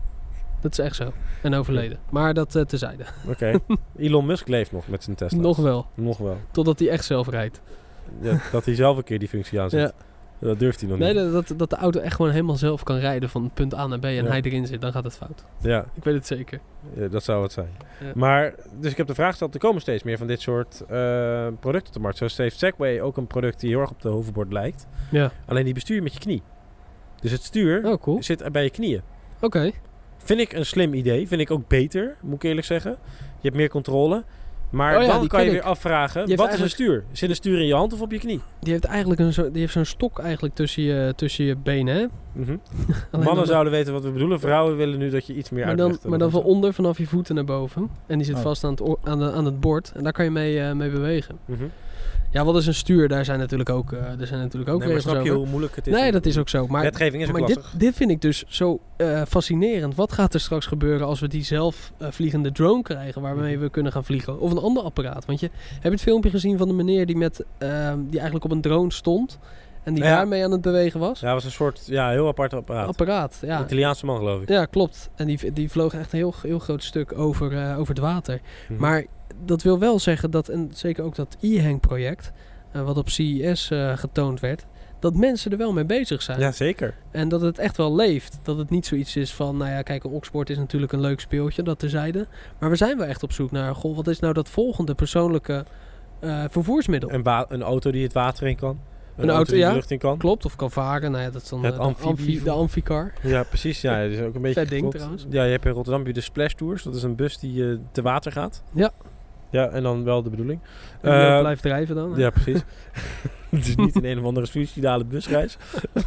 Dat is echt zo. En overleden. Maar dat uh, tezijde. Oké. Okay. Elon Musk leeft nog met zijn Tesla. Nog wel. Nog wel. Totdat hij echt zelf rijdt. Ja, dat hij zelf een keer die functie aanzet. Ja. Dat durft hij nog nee, niet. dat, dat de auto echt gewoon helemaal zelf kan rijden van punt A naar B en Ja. hij erin zit. Dan gaat het fout. Ja. Ik weet het zeker. Ja, dat zou het zijn. Ja. Maar, dus ik heb de vraag gesteld, er komen steeds meer van dit soort uh, producten op de markt. Zo heeft Segway ook een product die heel erg op de hoverboard lijkt. Ja. Alleen die bestuur je met je knie. Dus het stuur Oh, cool. zit bij je knieën. Oké. Okay. Vind ik een slim idee. Vind ik ook beter, moet ik eerlijk zeggen. Je hebt meer controle. Maar oh ja, dan kan je ik. weer afvragen, wat eigenlijk... is een stuur? Zit een stuur in je hand of op je knie? Die heeft eigenlijk een zo, die heeft zo'n stok eigenlijk tussen je, tussen je benen, hè? Mm-hmm. Mannen dan... zouden weten wat we bedoelen. Vrouwen willen nu dat je iets meer maar dan, uitlegt. Maar dan van onder vanaf je voeten naar boven. En die zit oh. vast aan het, oor, aan, de, aan het bord. En daar kan je mee, uh, mee bewegen. Mm-hmm. Ja, wat is een stuur? Daar zijn natuurlijk ook, uh, er zijn natuurlijk ook nee, maar snap je over. hoe moeilijk het is? Nee, dat is ook zo. Maar, wetgeving is ook maar lastig. Dit, dit vind ik dus zo uh, fascinerend. Wat gaat er straks gebeuren als we die zelf uh, vliegende drone krijgen waarmee we kunnen gaan vliegen? Of een ander apparaat. Want je hebt het filmpje gezien van de meneer die, met, uh, die eigenlijk op een drone stond. En die ja. daarmee aan het bewegen was. Ja, dat was een soort ja, heel apart apparaat. Apparaat, ja. Een Italiaanse man, geloof ik. Ja, klopt. En die, die vloog echt een heel, heel groot stuk over, uh, over het water. Mm-hmm. Maar dat wil wel zeggen dat, en zeker ook dat e-hang-project... Uh, wat op C E S uh, getoond werd, dat mensen er wel mee bezig zijn. Ja, zeker. En dat het echt wel leeft. Dat het niet zoiets is van, nou ja, kijk, een Oxford is natuurlijk een leuk speeltje, dat terzijde. Maar we zijn wel echt op zoek naar, goh, wat is nou dat volgende persoonlijke uh, vervoersmiddel? Een, wa- een auto die het water in kan. Een, een auto, auto die ja, de lucht in kan. Klopt, of kan varen. Nou ja, dat is dan het uh, amfibie, de, amfi- de amficar. Ja, precies. Ja, dat is ook een beetje vet ding God. trouwens. Ja, je hebt in Rotterdam heb je de Splash Tours. Dat is een bus die uh, te water gaat. Ja. Ja, en dan wel de bedoeling. En die uh, blijft drijven dan. Hè? Ja, precies. Het is niet in een of andere suicidale busreis.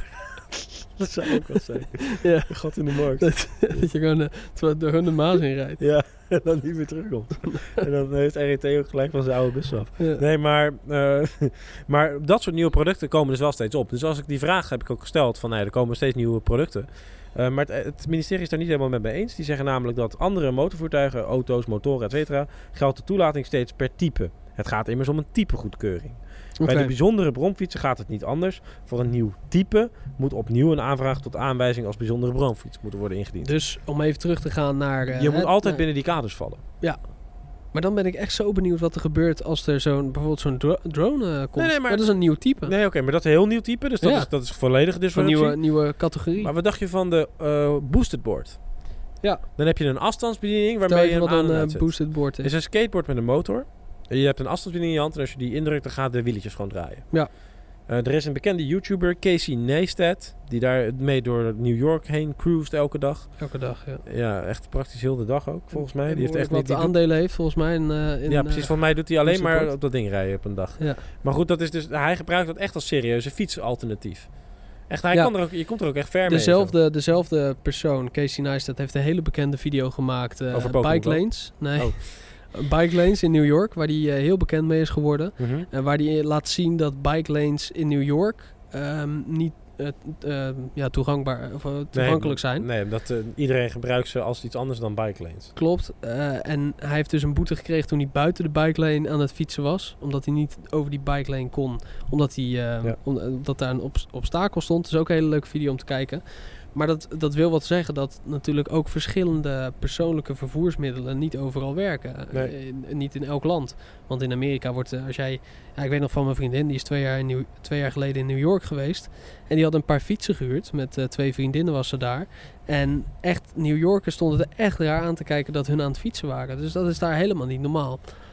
Dat zou ook wel zijn. Ja. Een gat in de markt. Dat, dat je gewoon, uh, terwijl er gewoon de Maas in rijdt. Ja, en dan niet meer terugkomt. En dan heeft R E T ook gelijk van zijn oude bus af. Ja. Nee, maar, uh, maar dat soort nieuwe producten komen dus wel steeds op. Dus als ik die vraag heb ik ook gesteld van, nou ja, er komen steeds nieuwe producten. Uh, maar het, het ministerie is daar niet helemaal met mee eens. Die zeggen namelijk dat andere motorvoertuigen, auto's, motoren, et cetera, geldt de toelating steeds per type. Het gaat immers om een typegoedkeuring. Okay. Bij de bijzondere bromfietsen gaat het niet anders. Voor een nieuw type moet opnieuw een aanvraag tot aanwijzing als bijzondere bromfiets moeten worden ingediend. Dus om even terug te gaan naar... Uh, je moet het, altijd naar... binnen die kaders vallen. Ja. Maar dan ben ik echt zo benieuwd wat er gebeurt als er zo'n, bijvoorbeeld zo'n dro- drone uh, komt. Nee, nee, maar dat is een nieuw type. Nee, oké, okay, maar dat is een heel nieuw type. Dus dat, ja. is, dat is volledige disruptie. Een nieuwe, nieuwe categorie. Maar wat dacht je van de uh, boosted board? Ja. Dan heb je een afstandsbediening waarmee je wat aan een uh, uh, boosted board is. Het is een skateboard met een motor. Je hebt een afstandsbediening in je hand en als je die indrukt, dan gaan de wieletjes gewoon draaien. Ja. Uh, er is een bekende YouTuber, Casey Neistat, die daar mee door New York heen cruist elke dag. Elke dag, ja. Ja, echt praktisch heel de dag ook, volgens mij. En die heeft echt wat niet de aandelen heeft, volgens mij. In, uh, in, ja, precies. Uh, volgens mij doet hij alleen maar support. op dat ding rijden op een dag. Ja. Maar goed, dat is dus, hij gebruikt dat echt als serieuze fietsalternatief. Echt, hij ja. kan er ook, je komt er ook echt ver dezelfde, mee. Dezelfde persoon, Casey Neistat, heeft een hele bekende video gemaakt. Uh, Over Pokémon Bike Lanes. Nee. Oh. Bike Lanes in New York, waar die uh, heel bekend mee is geworden. Mm-hmm. En waar die laat zien dat bike lanes in New York um, niet uh, uh, ja, toegankbaar, of, uh, toegankelijk nee, zijn. Nee, dat uh, iedereen gebruikt ze als iets anders dan bike lanes. Klopt. Uh, en hij heeft dus een boete gekregen toen hij buiten de bike lane aan het fietsen was. Omdat hij niet over die bike lane kon. Omdat, hij, uh, ja. om, omdat daar een ob- obstakel stond. Dat is ook een hele leuke video om te kijken. Maar dat, dat wil wat zeggen dat natuurlijk ook verschillende persoonlijke vervoersmiddelen niet overal werken. Nee. In, niet in elk land. Want in Amerika wordt, als jij... Ja, ik weet nog van mijn vriendin, die is twee jaar, in New, twee jaar geleden in New York geweest. En die had een paar fietsen gehuurd. Met uh, twee vriendinnen was ze daar. En echt, New Yorkers stonden er echt raar aan te kijken dat hun aan het fietsen waren. Dus dat is daar helemaal niet normaal.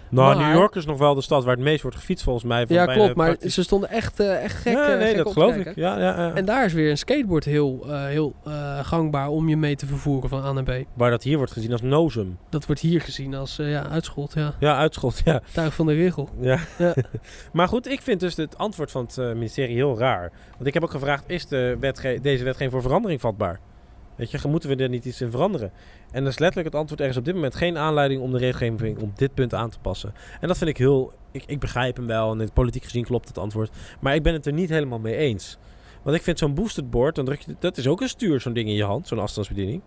Nou, Maar- New York is nog wel de stad waar het meest wordt gefietst volgens mij. Van Ja, bijna klopt. Maar praktisch- ze stonden echt, uh, echt gek, Ja, uh, nee, gek dat op te geloof kijken. ik. Ja, ja, ja. En daar is weer een skateboard heel, uh, heel uh, gangbaar om je mee te vervoeren van A naar B. Waar dat hier wordt gezien als nozem. Dat wordt hier gezien als uh, ja, uitschot, ja. Ja, uitschot, ja. Tuig van de regel. ja. Ja. Maar goed, ik vind dus het antwoord van het uh, ministerie heel raar. Want ik heb ook gevraagd, is de wetge- deze wetgeving voor verandering vatbaar? Weet je, moeten we er niet iets in veranderen? En dat is letterlijk het antwoord. Er is op dit moment geen aanleiding om de regelgeving op dit punt aan te passen. En dat vind ik heel... Ik, ik begrijp hem wel en politiek gezien klopt het antwoord. Maar ik ben het er niet helemaal mee eens. Want ik vind zo'n boosted board, dan druk je, dat is ook een stuur, zo'n ding in je hand. Zo'n afstandsbediening.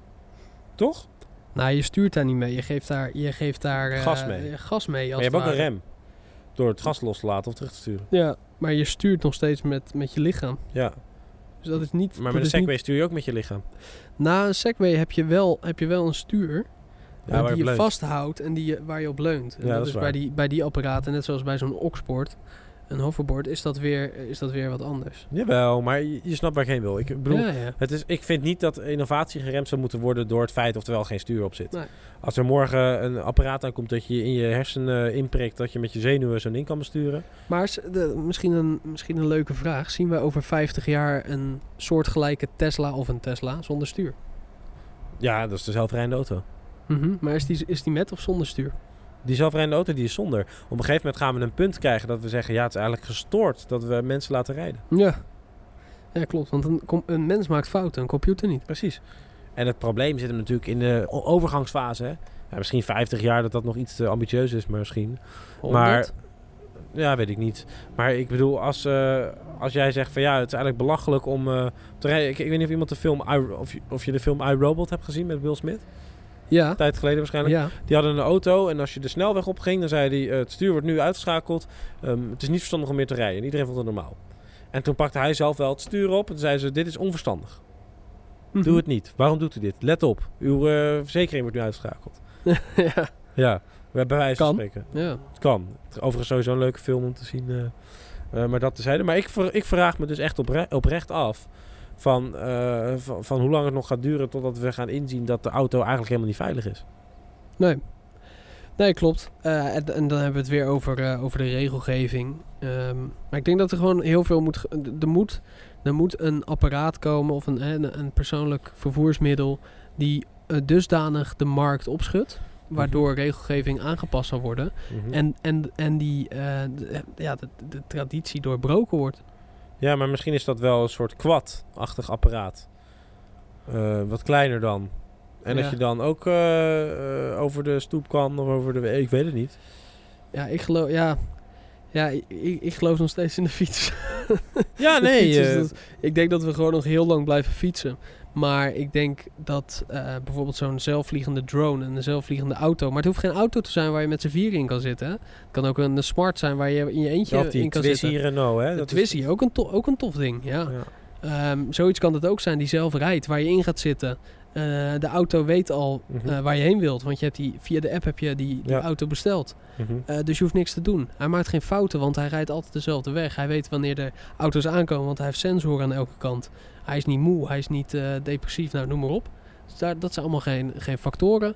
Toch? Nou, je stuurt daar niet mee. Je geeft daar, je geeft daar uh, Gas mee. gas mee als Maar je hebt ook het een ware. rem. Door het gas los te laten of terug te sturen. Ja, maar je stuurt nog steeds met, met je lichaam. Ja, Dus dat is niet... maar dat met een is Segway niet- stuur je ook met je lichaam. Na een Segway heb je wel, heb je wel een stuur... Ja, uh, waar die je je leunt. vasthoudt en die je, waar je op leunt. En Ja, dat, dat is is waar. bij die, bij die apparaten, net zoals bij zo'n Oxboard, een hoverboard, is dat weer, is dat weer wat anders. Jawel, maar je, je snapt waar ik heen wil. Ik bedoel, Ja, ja. het is, ik vind niet dat innovatie geremd zou moeten worden door het feit of er wel geen stuur op zit. Nee. Als er morgen een apparaat aankomt dat je in je hersenen inprikt, dat je met je zenuwen zo'n ding kan besturen. Maar s- de, misschien, een, misschien een leuke vraag. Zien we over vijftig jaar een soortgelijke Tesla of een Tesla zonder stuur? Ja, dat is de zelfrijdende auto. Mhm. Maar is die, is die met of zonder stuur? Die zelfrijdende auto die is zonder. Op een gegeven moment gaan we een punt krijgen dat we zeggen, ja, het is eigenlijk gestoord dat we mensen laten rijden. Ja. Ja, klopt. Want een, com- een mens maakt fouten, een computer niet. Precies. En het probleem zit hem natuurlijk in de o- overgangsfase. Hè? Ja, misschien vijftig jaar dat dat nog iets te ambitieus is, maar misschien. Maar honderd? ja, weet ik niet. Maar ik bedoel, als, uh, als jij zegt van ja, het is eigenlijk belachelijk om uh, te rijden. Ik, ik weet niet of iemand de film I, of, je, of je de film iRobot hebt gezien met Will Smith. Ja. Een tijd geleden waarschijnlijk. Ja. Die hadden een auto en als je de snelweg opging, dan zei hij, uh, het stuur wordt nu uitgeschakeld. Um, het is niet verstandig om meer te rijden. En iedereen vond het normaal. En toen pakte hij zelf wel het stuur op en toen zei ze, dit is onverstandig. Mhm. Doe het niet. Waarom doet u dit? Let op. Uw uh, verzekering wordt nu uitgeschakeld. ja. Ja, bij wijze van Kan. spreken. Ja. Het kan. Overigens sowieso een leuke film om te zien. Uh, uh, maar dat tezijde. Maar ik, ver, ik vraag me dus echt opre oprecht af van, uh, van, van hoe lang het nog gaat duren totdat we gaan inzien dat de auto eigenlijk helemaal niet veilig is. Nee. Nee, klopt. Uh, en, en dan hebben we het weer over, uh, over de regelgeving. Um, maar ik denk dat er gewoon heel veel moet... Er moet, er moet een apparaat komen of een, een, een persoonlijk vervoersmiddel die uh, dusdanig de markt opschudt, waardoor regelgeving aangepast zal worden. Mm-hmm. En, en, en die, uh, de, ja, de, de traditie doorbroken wordt. Ja, maar misschien is dat wel een soort quad-achtig apparaat. Uh, wat kleiner dan. En ja. dat je dan ook uh, uh, over de stoep kan of over de... Ik weet het niet. Ja, ik geloof... Ja, ja ik, ik geloof nog steeds in de fiets. Ja, de nee. fiets Uh, dat, ik denk dat we gewoon nog heel lang blijven fietsen. Maar ik denk dat uh, bijvoorbeeld zo'n zelfvliegende drone en een zelfvliegende auto... Maar het hoeft geen auto te zijn waar je met z'n vier in kan zitten. Hè? Het kan ook een smart zijn waar je in je eentje ja, die in kan Twizy zitten. Renault, hè? De Dat Twizy, is... ook, een to- ook een tof ding, ja. ja. Um, zoiets kan het ook zijn die zelf rijdt, waar je in gaat zitten. Uh, de auto weet al uh, mm-hmm. waar je heen wilt, want je hebt die, via de app heb je die, die ja. auto besteld. Mm-hmm. Uh, dus je hoeft niks te doen. Hij maakt geen fouten, want hij rijdt altijd dezelfde weg. Hij weet wanneer de auto's aankomen, want hij heeft sensoren aan elke kant. Hij is niet moe, hij is niet uh, depressief, nou noem maar op. Dus daar, dat zijn allemaal geen, geen factoren.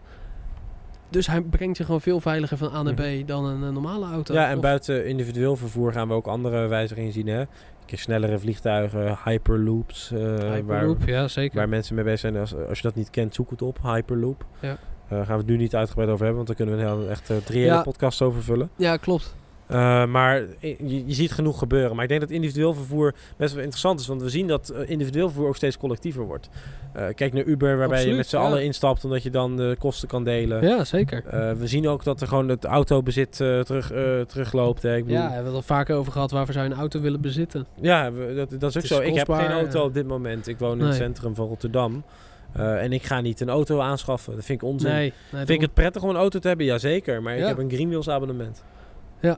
Dus hij brengt je gewoon veel veiliger van A naar B mm-hmm. dan een, een normale auto. Ja, en of... buiten individueel vervoer gaan we ook andere wijzigingen zien, hè? Snellere vliegtuigen, hyperloops. Uh, Hyperloop, waar, ja zeker. Waar mensen mee bezig zijn. Als, als je dat niet kent, zoek het op. Hyperloop. Ja. Uh, gaan we het nu niet uitgebreid over hebben, want daar kunnen we een heel, echt uh, drie hele ja. podcasts over vullen. Ja, klopt. Uh, maar je, je ziet genoeg gebeuren. Maar ik denk dat individueel vervoer best wel interessant is. Want we zien dat uh, individueel vervoer ook steeds collectiever wordt. Uh, kijk naar Uber, waarbij Absoluut, je met z'n ja. allen instapt, omdat je dan de kosten kan delen. Ja, zeker. Uh, we zien ook dat er gewoon het autobezit uh, terug, uh, terugloopt. Hè. Ik bedoel, ja, we hebben het al vaker over gehad. Waarvoor zou je een auto willen bezitten? Ja, we, dat, dat is ook is zo. Ik heb kostbaar, geen auto uh, op dit moment. Ik woon nee. in het centrum van Rotterdam. Uh, en ik ga niet een auto aanschaffen. Dat vind ik onzin. Nee, nee, vind ik het prettig om een auto te hebben? Jazeker. Maar ja. ik heb een Greenwheels abonnement. Ja.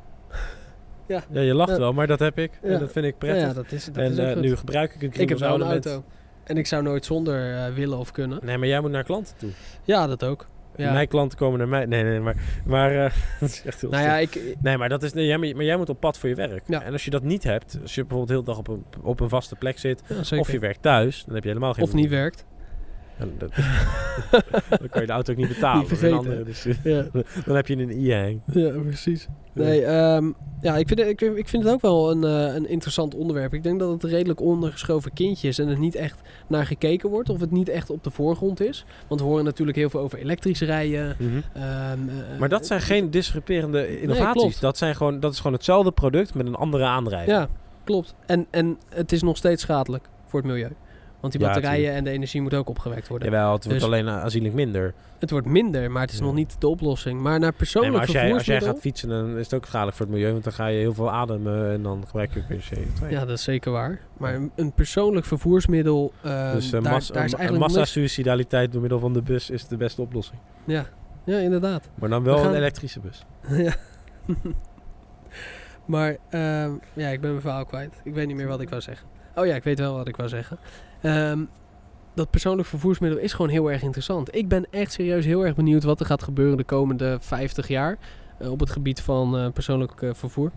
Ja. Ja, je lacht ja. wel, maar dat heb ik. Ja. En dat vind ik prettig. Ja, ja dat is, dat en is ook uh, goed. nu gebruik ik een Ik heb Greenwheels wel een abonnement. auto. En ik zou nooit zonder uh, willen of kunnen. Nee, maar jij moet naar klanten toe. Ja, dat ook. Ja. Mijn klanten komen naar mij. Nee, nee, maar... maar uh, dat is echt heel nou ja, ik, Nee, maar, dat is, nee, jij, maar jij moet op pad voor je werk. Ja. En als je dat niet hebt, als je bijvoorbeeld heel de dag op een, op een vaste plek zit... ja, of je werkt thuis, dan heb je helemaal geen... Of niet werkt. Ja, dat, dan kan je de auto ook niet betalen. Niet vergeten. Een andere, dus, Ja. dan heb je een e-hang. Ja, precies. Nee, um, ja, ik vind, het, ik, ik vind het ook wel een, uh, een interessant onderwerp. Ik denk dat het een redelijk ondergeschoven kindje is en er niet echt naar gekeken wordt. Of het niet echt op de voorgrond is. Want we horen natuurlijk heel veel over elektrisch rijden. Mm-hmm. Um, uh, maar dat zijn geen disrupterende innovaties. Nee, dat, zijn gewoon, dat is gewoon hetzelfde product met een andere aandrijving. Ja, klopt. En, en het is nog steeds schadelijk voor het milieu. Want die Ja, batterijen tuurlijk. en de energie moet ook opgewekt worden. Jawel, het wordt Dus- alleen aanzienlijk minder. Het wordt minder, maar het is Ja. nog niet de oplossing. Maar naar Nee, persoonlijk maar als jij, als jij vervoersmiddel... gaat fietsen, dan is het ook schadelijk voor het milieu. Want dan ga je heel veel ademen en dan gebruik je ook weer C O twee. Ja, dat is zeker waar. Maar een, een persoonlijk vervoersmiddel... Uh, dus uh, daar, mas- daar is een eigenlijk nog niks- massa-suicidaliteit door middel van de bus is de beste oplossing. Ja, ja inderdaad. Maar dan wel We gaan- een elektrische bus. Ja. Maar uh, ja, ik ben mijn verhaal kwijt. Ik weet niet meer wat ik wou zeggen. Oh ja, ik weet wel wat ik wou zeggen. Um, dat persoonlijk vervoersmiddel is gewoon heel erg interessant. Ik ben echt serieus heel erg benieuwd wat er gaat gebeuren de komende vijftig jaar uh, op het gebied van uh, persoonlijk uh, vervoer.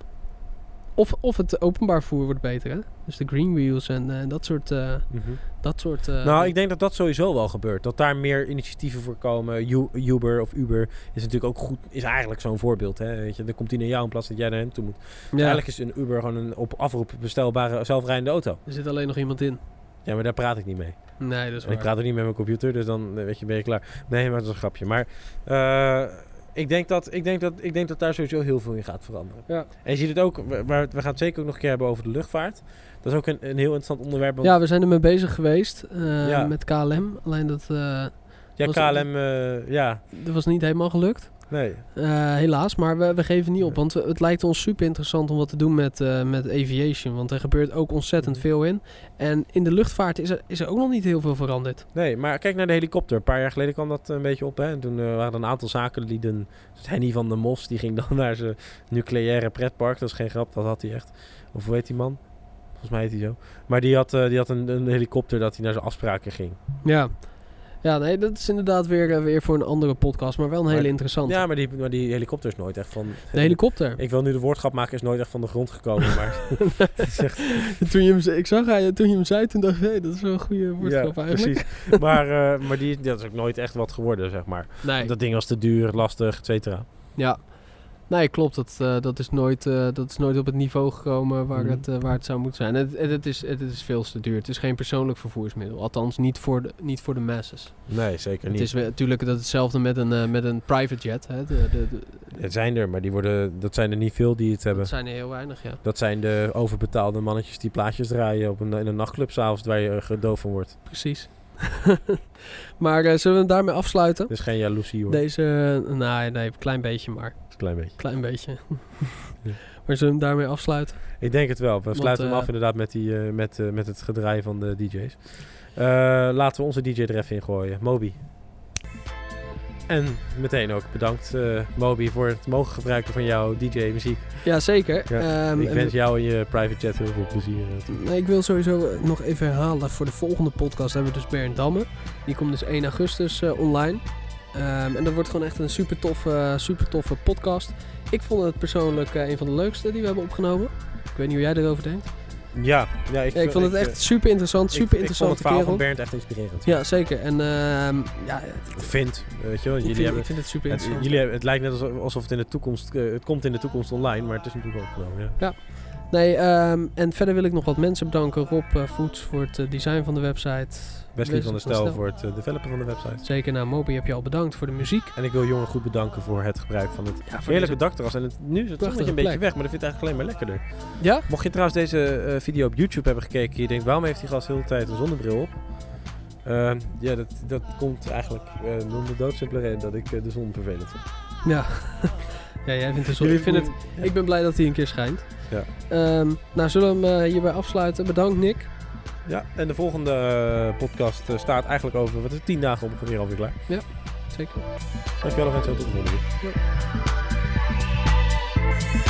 Of, of het openbaar vervoer wordt beter, hè? Dus de green wheels en uh, dat soort... Uh, Mm-hmm. dat soort uh, Nou, ik denk dat dat sowieso wel gebeurt. Dat daar meer initiatieven voor komen. U- Uber of Uber is natuurlijk ook goed. Is eigenlijk zo'n voorbeeld. Hè? Weet je, dan komt hij naar jou in plaats dat jij naar hem toe moet. ja, Eigenlijk is een Uber gewoon een op afroep bestelbare zelfrijdende auto. er zit alleen nog iemand in. Ja, maar daar praat ik niet mee. Nee, dat is En ik waar. praat ook niet met mijn computer, dus dan eh, weet je, ben je klaar. Nee, maar dat is een grapje. Maar uh, ik, denk dat, ik, denk dat, ik denk dat daar sowieso heel veel in gaat veranderen. Ja. En je ziet het ook, we, we gaan het zeker ook nog een keer hebben over de luchtvaart. Dat is ook een, een heel interessant onderwerp. Want Ja, we zijn ermee bezig geweest uh, Ja. met K L M. Alleen dat, uh, ja, was- K L M, uh, ja, dat was niet helemaal gelukt. nee. Uh, helaas, maar we, we geven niet op. Want we- het lijkt ons super interessant om wat te doen met, uh, met aviation. Want er gebeurt ook ontzettend Mhm. veel in. En in de luchtvaart is er, is er ook nog niet heel veel veranderd. Nee, maar kijk naar de helikopter. Een paar jaar geleden kwam dat een beetje op. Hè? En toen uh, waren er een aantal zakenlieden. Dus Henny van der Mos, die ging dan naar zijn nucleaire pretpark. Dat is geen grap, dat had hij echt. Of hoe heet die man? Volgens mij heet hij zo. Maar die had, uh, die had een, een helikopter dat hij naar zijn afspraken ging. Ja, ja nee, dat is inderdaad weer, uh, weer voor een andere podcast. Maar wel een Maar- hele interessante. Ja, maar die, maar die helikopter is nooit echt van... De helikopter. Ik wil nu de woordgrap maken, is nooit echt van de grond gekomen. Maar het is echt, toen je hem, ze- ik zag hij, toen je hem zei, toen dacht ik, hey, dat is wel een goede woordgrap ja, eigenlijk. precies. Maar, uh, maar die, dat is ook nooit echt wat geworden, zeg maar. Nee. Dat ding was te duur, lastig, et cetera. Ja, nee, klopt. Dat, uh, dat, is nooit, uh, dat is nooit op het niveau gekomen waar, Mhm. het, uh, waar het zou moeten zijn. Het, het, het, is, het, het is veel te duur. Het is geen persoonlijk vervoersmiddel. Althans, niet voor de, niet voor de masses. Nee, zeker Het niet. is weer- natuurlijk dat hetzelfde met een, uh, met een private jet. Hè. De, de, de, Het zijn er, maar die worden, dat zijn er niet veel die het hebben. dat zijn er heel weinig, ja. Dat zijn de overbetaalde mannetjes die plaatjes draaien op een, in een nachtclub s'avonds waar je uh, doof van wordt. Precies. maar uh, zullen we het daarmee afsluiten? Dus geen jaloezie hoor. Deze, uh, nee, nee, een klein beetje maar. Een klein beetje. Klein beetje. Ja. Maar zullen we hem daarmee afsluiten? Ik denk het wel. We Want, sluiten hem uh, af inderdaad met, die, uh, met, uh, met het gedraai van de D J's. Uh, laten we onze D J er even in gooien. Moby. En meteen ook bedankt uh, Moby voor het mogen gebruiken van jouw D J muziek. Ja, zeker. Ja, Um, ik en wens we- jou en je private jet heel veel plezier. uh, toe. Nee, ik wil sowieso eh, nog even herhalen. Voor de volgende podcast hebben we dus Bernd Damme. Die komt dus één augustus uh, online. Um, en dat wordt gewoon echt een super toffe, super toffe podcast. Ik vond het persoonlijk uh, een van de leukste die we hebben opgenomen. Ik weet niet hoe jij erover denkt. Ja, ja, ik, Ja, ik vond het ik, echt uh, super interessant, ik- super Ik vond interessante het verhaal kerel. van Bernd echt inspirerend. Ja, zeker. En uh, ja, Ik vind, weet je wel, ik jullie vind, hebben... ik vind het super Het, interessant. jullie hebben, het lijkt net alsof, alsof het in de toekomst, uh, het komt in de toekomst online, maar het is natuurlijk opgenomen. Ja. Nee, um, en verder wil ik nog wat mensen bedanken. Rob uh, Voets voor het uh, design van de website. Wesley van der Stel voor het uh, developen van de website. Zeker, nou Moby heb je al bedankt voor de muziek. En ik wil Jongen goed bedanken voor het gebruik van het Ja, voor heerlijke deze- dakterras. En het, nu is het prachtige een beetje plek. weg, maar dat vind ik eigenlijk alleen maar lekkerder. Ja? Mocht je trouwens deze uh, video op YouTube hebben gekeken en je denkt, waarom heeft die gast de hele tijd een zonnebril op? Uh, ja, dat, dat komt eigenlijk uh, om de doodsimpele reden dat ik uh, de zon vervelend vind. Ja. Ja, jij vindt het zo. Jullie Ik, vind het, ja. ik ben blij dat hij een keer schijnt. Ja. Um, nou, zullen we hem uh, hierbij afsluiten. Bedankt, Nick. Ja, en de volgende uh, podcast uh, staat eigenlijk over, wat is het, tien dagen ongeveer alweer klaar. Zeker. Dankjewel mensen, tot de volgende keer. Ja.